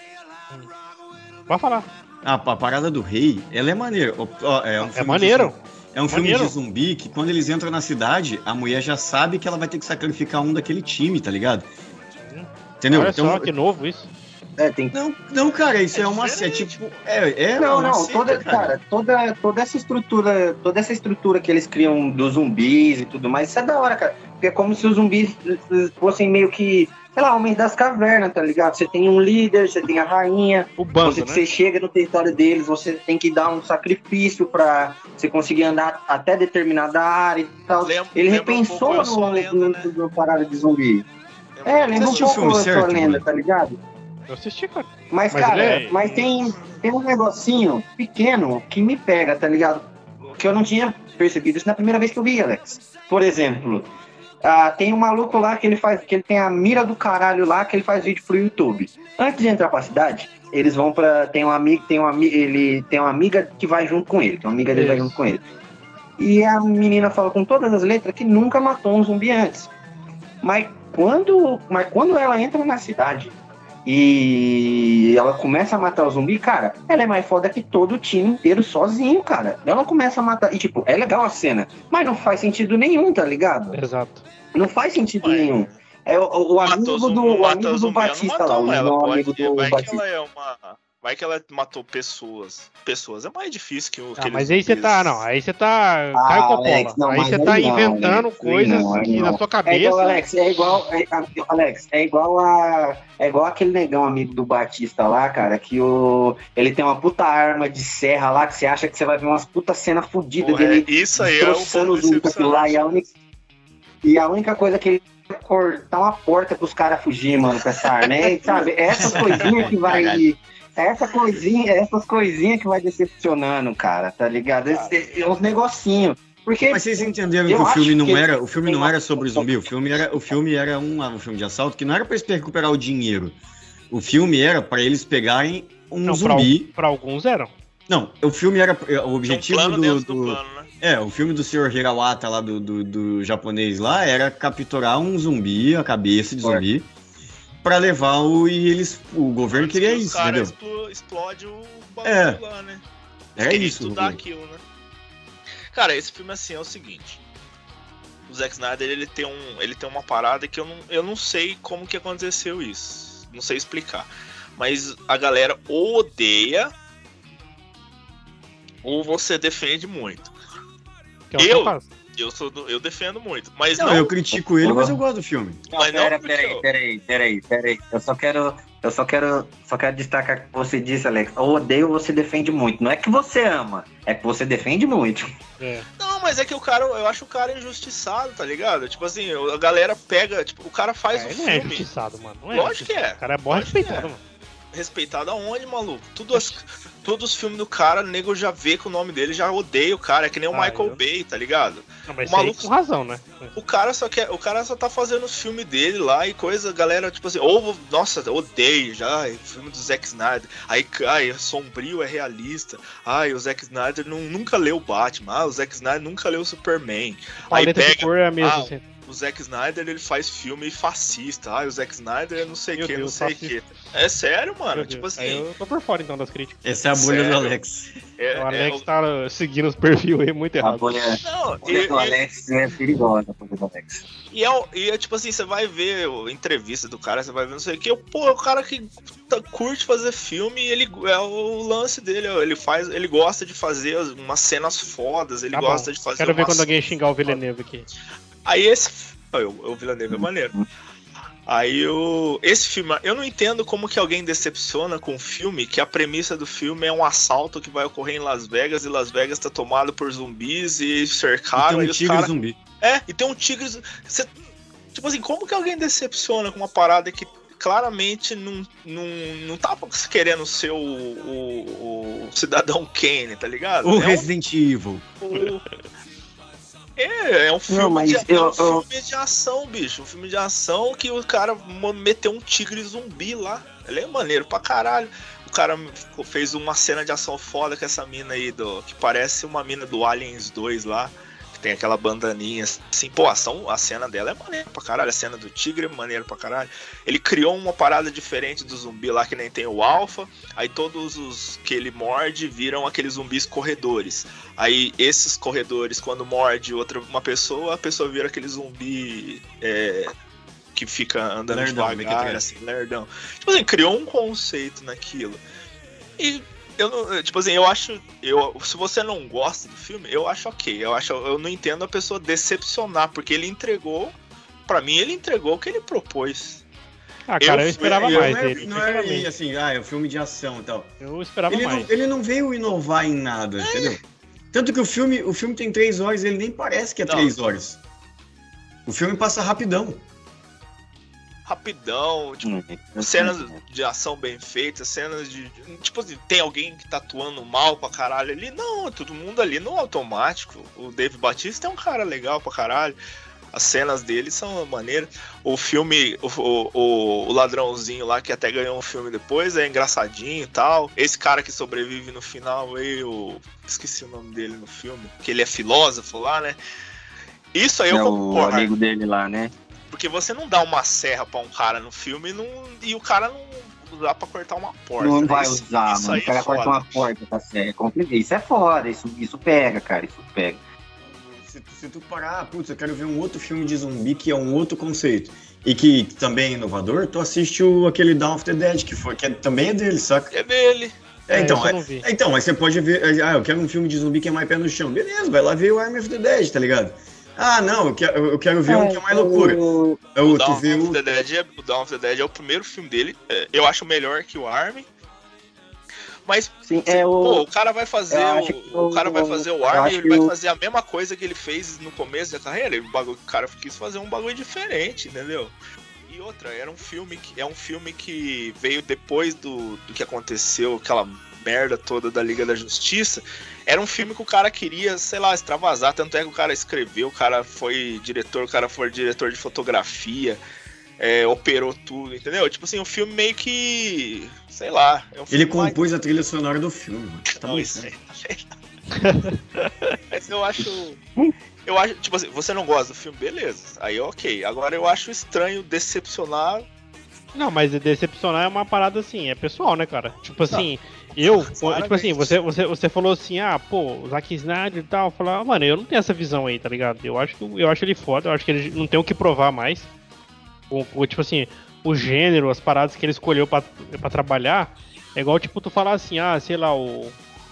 Pode falar. A, a parada do rei, ela é maneira. Ó, ó, é um É filme maneiro. de- é um filme Maneiro. de zumbi que quando eles entram na cidade, a mulher já sabe que ela vai ter que sacrificar um daquele time, tá ligado? Entendeu? Olha Então, só, que novo isso. É, tem não, não, cara, isso é, É uma é tipo, é, é Não, uma não, seita, toda, cara, toda, toda essa estrutura, toda essa estrutura que eles criam dos zumbis e tudo mais, isso é da hora, cara. Porque é como se os zumbis fossem meio que, sei lá, homens das cavernas, tá ligado? Você tem um líder, você tem a rainha, O bando, você, né? você chega no território deles, você tem que dar um sacrifício pra você conseguir andar até determinada área e tal. Lembra- Ele lembra um repensou pouco a no, sua lenda, no, né? no, no parada de zumbi. É, lembra um assistiu o pouco filme a sua certo, lenda, mano? tá ligado? Eu assisti, cara. Mas, Mas cara, ele é- mas tem, tem um negocinho pequeno que me pega, tá ligado? Que eu não tinha percebido isso na primeira vez que eu vi, Alex. Por exemplo, ah, tem um maluco lá que ele faz, que ele tem a mira do caralho lá, que ele faz vídeo pro YouTube. Antes de entrar pra cidade, eles vão pra. Tem um amigo, tem um amigo, ele tem uma amiga que vai junto com ele, tem uma amiga dele que vai Isso. junto com ele. E a menina fala com todas as letras que nunca matou um zumbi antes. Mas quando, mas quando ela entra na cidade e ela começa a matar o zumbi, cara, ela é mais foda que todo o time inteiro sozinho, cara. Ela começa a matar, e tipo, é legal a cena, mas não faz sentido nenhum, tá ligado? Exato. Não faz sentido Ué. nenhum. É o, o amigo Matou do, zumbi, o matou amigo do zumbi, ela não Batista lá, matou o ela, meu pode- amigo do vai que Batista. ela é uma, Vai que ela matou pessoas. Pessoas é mais difícil que o. Ah, mas aí você tá, não, aí você tá. Ah, Caio Coppola. Não, aí você tá aí inventando não, coisas não, que não. na sua cabeça. É igual, Alex, é igual. É, Alex, é igual a. É igual aquele negão amigo do Batista lá, cara, que o. Ele tem uma puta arma de serra lá, que você acha que você vai ver umas puta cena fodida dele. Isso aí é o aquilo lá, e a única. E a única coisa que ele vai cortar uma porta pros caras fugir, mano, com essa arma. É, sabe? Essas coisinhas que vai. Essa coisinha, essas coisinhas que vai decepcionando, cara, tá ligado? Esse, uns negocinhos. Porque mas vocês entenderam que o filme não que era, o filme não era sobre zumbi, o filme era, o filme era um, um filme de assalto que não era para eles recuperar o dinheiro. O filme era para eles pegarem um não, zumbi. Para alguns eram. Não, o filme era o objetivo um do, do, do plano, né? É, o filme do senhor Hirawata lá do, do, do japonês lá era capturar um zumbi, a cabeça de zumbi. Porra. Pra levar o. E eles. O governo Antes queria que isso, entendeu? Expl- explode o bagulho é. lá, né? É isso. Estudar aquilo, né? Cara, esse filme assim é o seguinte. O Zack Snyder ele tem, um, ele tem uma parada que eu não, eu não sei como que aconteceu isso. Não sei explicar. Mas a galera ou odeia ou você defende muito. Que é eu. Eu, sou do, eu defendo muito, mas não, não... Eu critico ele, mas eu gosto do filme. Não, mas pera, não peraí, peraí, peraí, peraí. Eu só quero, eu só quero, só quero destacar o que você disse, Alex. Eu odeio, você defende muito. Não é que você ama, é que você defende muito. É. Não, mas é que o cara, eu acho o cara injustiçado, tá ligado? Tipo assim, a galera pega, tipo, o cara faz é, o ele filme... Não é injustiçado, mano. Não é Lógico que é. O cara é bom respeitado, é. mano. Respeitado aonde, maluco? Tudo as, todos os filmes do cara, o nego já vê com o nome dele, já odeia o cara. É que nem o ah, Michael eu... Bay, tá ligado? Não, mas o maluco com razão, né? O cara só quer, o cara só tá fazendo os filmes dele lá e coisa, galera, tipo assim, ou, nossa, odeio já, filme do Zack Snyder. Aí, ai, é sombrio, é realista. Ai, o Zack Snyder não, nunca leu o Batman. Ah, o Zack Snyder nunca leu o Superman. A aí pega, de cor é a mesma, ah, assim. O Zack Snyder, ele faz filme fascista. Ah, o Zack Snyder é não sei o que, não sei o que. fascista. É sério, mano? Meu tipo Deus. assim... Aí eu tô por fora, então, das críticas. Essa é a bolha sério? do Alex. É, o Alex é, tá seguindo os perfis aí muito errado. A bolha, não, a bolha e, do Alex é perigosa, a bolha do Alex. E é, e é tipo assim, você vai ver a entrevista do cara, você vai ver não sei o que. Pô, o cara que tá, curte fazer filme, ele é o lance dele. Ele faz, ele gosta de fazer umas cenas fodas, ele tá gosta bom. de fazer Quero ver umas... quando alguém xingar o Villeneuve aqui. Aí esse... Eu, o Villeneuve é maneiro. Aí eu... Esse filme... Eu não entendo como que alguém decepciona com um filme que a premissa do filme é um assalto que vai ocorrer em Las Vegas e Las Vegas tá tomado por zumbis e cercaram... E tem um e tigre cara... zumbi. É, e tem um tigre... Você... Tipo assim, como que alguém decepciona com uma parada que claramente não, não, não tá querendo ser o, o, o Cidadão Kane, tá ligado? O é Resident um... Evil. O... É, é um filme, não, mas de, eu, é um eu... filme de ação, bicho. Um filme de ação que o cara meteu um tigre zumbi lá. Ele é maneiro pra caralho. O cara fez uma cena de ação foda com essa mina aí, do, que parece uma mina do Aliens dois lá. Que tem aquela bandaninha assim. Pô, a, ação, a cena dela é maneira pra caralho. A cena do tigre é maneira pra caralho. Ele criou uma parada diferente do zumbi lá, que nem tem o alfa. Aí todos os que ele morde viram aqueles zumbis corredores. Aí esses corredores, quando morde outra, uma pessoa, a pessoa vira aquele zumbi é, que fica andando lerdão, devagar, assim, lerdão. Tipo assim, criou um conceito naquilo. E eu não, tipo assim, eu acho, eu, se você não gosta do filme, eu acho ok. Eu acho, eu não entendo a pessoa decepcionar, porque ele entregou, pra mim ele entregou o que ele propôs. Ah, cara, eu, eu esperava eu, mais eu, dele. Não é, não é assim, ah, é um filme de ação e tal. Eu esperava ele mais. Não, ele não veio inovar em nada, é. entendeu? Tanto que o filme, o filme tem três horas e ele nem parece que é não. três horas. O filme passa rapidão. Rapidão, tipo, hum, cenas de ação bem feitas, cenas de... Tipo assim, tem alguém que tá atuando mal pra caralho ali? Não, todo mundo ali no automático. O Dave Bautista é um cara legal pra caralho. As cenas dele são maneiras. O filme, o, o, o ladrãozinho lá, que até ganhou um filme depois, é engraçadinho e tal. Esse cara que sobrevive no final aí, o... esqueci o nome dele no filme, que ele é filósofo lá, né? Isso aí é eu concordo. O amigo dele lá, né? Porque você não dá uma serra pra um cara no filme e, não, e o cara não dá pra cortar uma porta. Não né? vai isso, usar, isso mano. O cara é corta uma porta, tá certo. É complicado. Isso é foda, isso, isso pega, cara, isso pega. Você tipo, se tu parar, ah, putz, eu quero ver um outro filme de zumbi que é um outro conceito e que também é inovador, tu assiste o, aquele Dawn of the Dead, que, foi, que é, também é dele, saca? É dele. É, então, É, é, então, mas você pode ver, ah, eu quero um filme de zumbi que é mais pé no chão. Beleza, vai lá ver o Army of the Dead, tá ligado? Ah, não, eu quero, eu quero ver um que é mais loucura. o- É O o, tu Dawn vê of o... the Dead é, o Dawn of the Dead é o primeiro filme dele. É, eu acho melhor que o Army. Mas, Sim, é o. pô, o cara vai fazer eu o, acho que o cara vai fazer o eu Army, acho ele vai que o- fazer a mesma coisa que ele fez no começo da carreira. O, bagulho, o cara quis fazer um bagulho diferente, entendeu? E outra, era um filme que é um filme que veio depois do, do que aconteceu, aquela merda toda da Liga da Justiça. Era um filme que o cara queria, sei lá, extravasar, tanto é que o cara escreveu, o cara foi diretor, o cara foi diretor de fotografia, é, operou tudo, entendeu? Tipo assim, um filme meio que, sei lá, é um filme Ele compôs a trilha sonora do filme, mano. Tá não, bom, isso né? aí. Mas eu acho. Eu acho, tipo assim, você não gosta do filme, beleza. Aí ok. Agora eu acho estranho decepcionar. Não, mas decepcionar é uma parada assim, é pessoal, né, cara? Tipo assim, eu, claramente. tipo assim, você, você, você falou assim, ah, pô, o Zack Snyder e tal, eu falei, ah, mano, eu não tenho essa visão aí, tá ligado? Eu acho, que- eu acho ele foda, eu acho que ele não tem o que provar mais. O, o, tipo assim, o gênero, as paradas que ele escolheu pra, pra trabalhar, é igual, tipo, tu falar assim, ah, sei lá, o.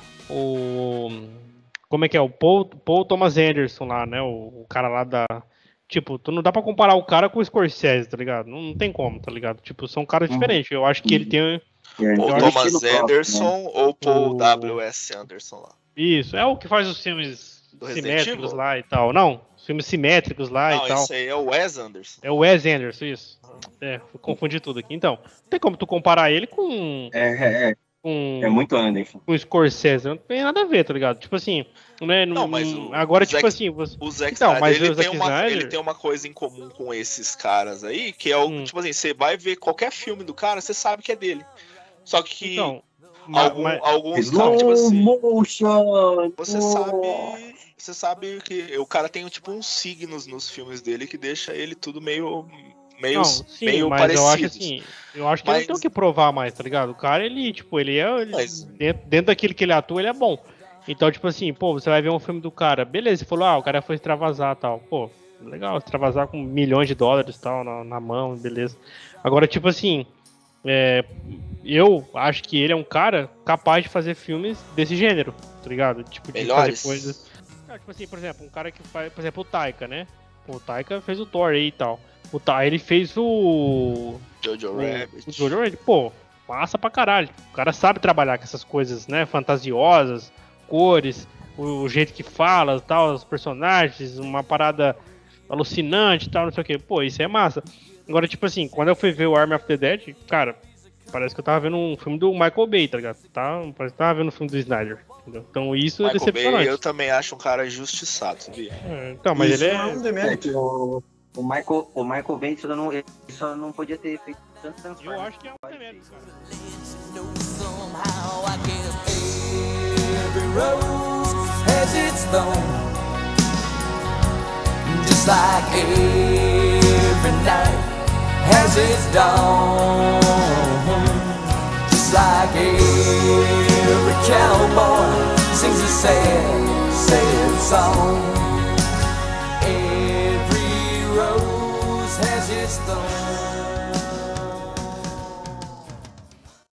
O. Como é que é? O Paul, Paul Thomas Anderson lá, né? O, o cara lá da. Tipo, tu não dá pra comparar o cara com o Scorsese, tá ligado? Não, não tem como, tá ligado? Tipo, são caras Uhum. diferentes. Eu acho que ele tem. Ele Ou tem um Thomas estilo próprio, né? Anderson ou Paul O- W S Anderson lá. Isso, é o que faz os filmes Do Resident simétricos Evil? lá e tal. Não, os filmes simétricos lá Não, e tal. esse aí é o Wes Anderson. É o Wes Anderson, isso. É, eu confundi tudo aqui. Então, não tem como tu comparar ele com. É, é, com é muito Anderson. com o Scorsese. Não tem nada a ver, tá ligado? Tipo assim. Né, Não, não, mas o- agora, o tipo Zack- assim. Você... O Zack Então, Snyder, mas ele, o tem Zack uma, Snyder- ele tem uma coisa em comum com esses caras aí, que é o, Hum. tipo assim, você vai ver qualquer filme do cara, você sabe que é dele. Só que Então. ma- algum- mas- alguns caras, tipo assim, motion! você sabe, você sabe que o cara tem tipo uns signos nos filmes dele que deixa ele tudo meio meio, Não, sim, meio mas parecido. eu acho assim, eu acho que Mas- ele não tem o que provar mais, tá ligado? O cara, ele, tipo, ele é. Ele, Mas- dentro, dentro daquilo que ele atua, ele é bom. Então, tipo assim, pô, você vai ver um filme do cara, beleza, você falou, ah, o cara foi extravasar e tal. Pô, legal, extravasar com milhões de dólares e tal, na, na mão, beleza. Agora, tipo assim, é, eu acho que ele é um cara capaz de fazer filmes desse gênero, tá ligado? Tipo, de Melhores. fazer coisas. Não, tipo assim, por exemplo, um cara que faz, por exemplo, o Taika, né? Pô, o Taika fez o Thor aí e tal. O Taika, ele fez o. Jojo o, Rabbit. o Jojo Rabbit, pô, massa pra caralho. O cara sabe trabalhar com essas coisas, né? Fantasiosas, cores, o, o jeito que fala, tal, os personagens, uma parada alucinante e tal, não sei o que. Pô, isso é massa. Agora, tipo assim, quando eu fui ver o Army of the Dead, cara, parece que eu tava vendo um filme do Michael Bay, tá ligado? Tá, parece que eu tava vendo um filme do Snyder, entendeu? Então isso é Michael decepcionante. Bay, eu também acho um cara injustiçado, sabia? É, então, mas Isso ele não é é. um É demérito. que o, o Michael, o Michael Bay só não, ele só não podia ter feito tanto Eu Transformers. acho que é um demérito, cara. know somehow I guess every rose has its thorn, just like every night has its dawn, just like every cowboy sings a sad, sad song. Every rose has its thorn.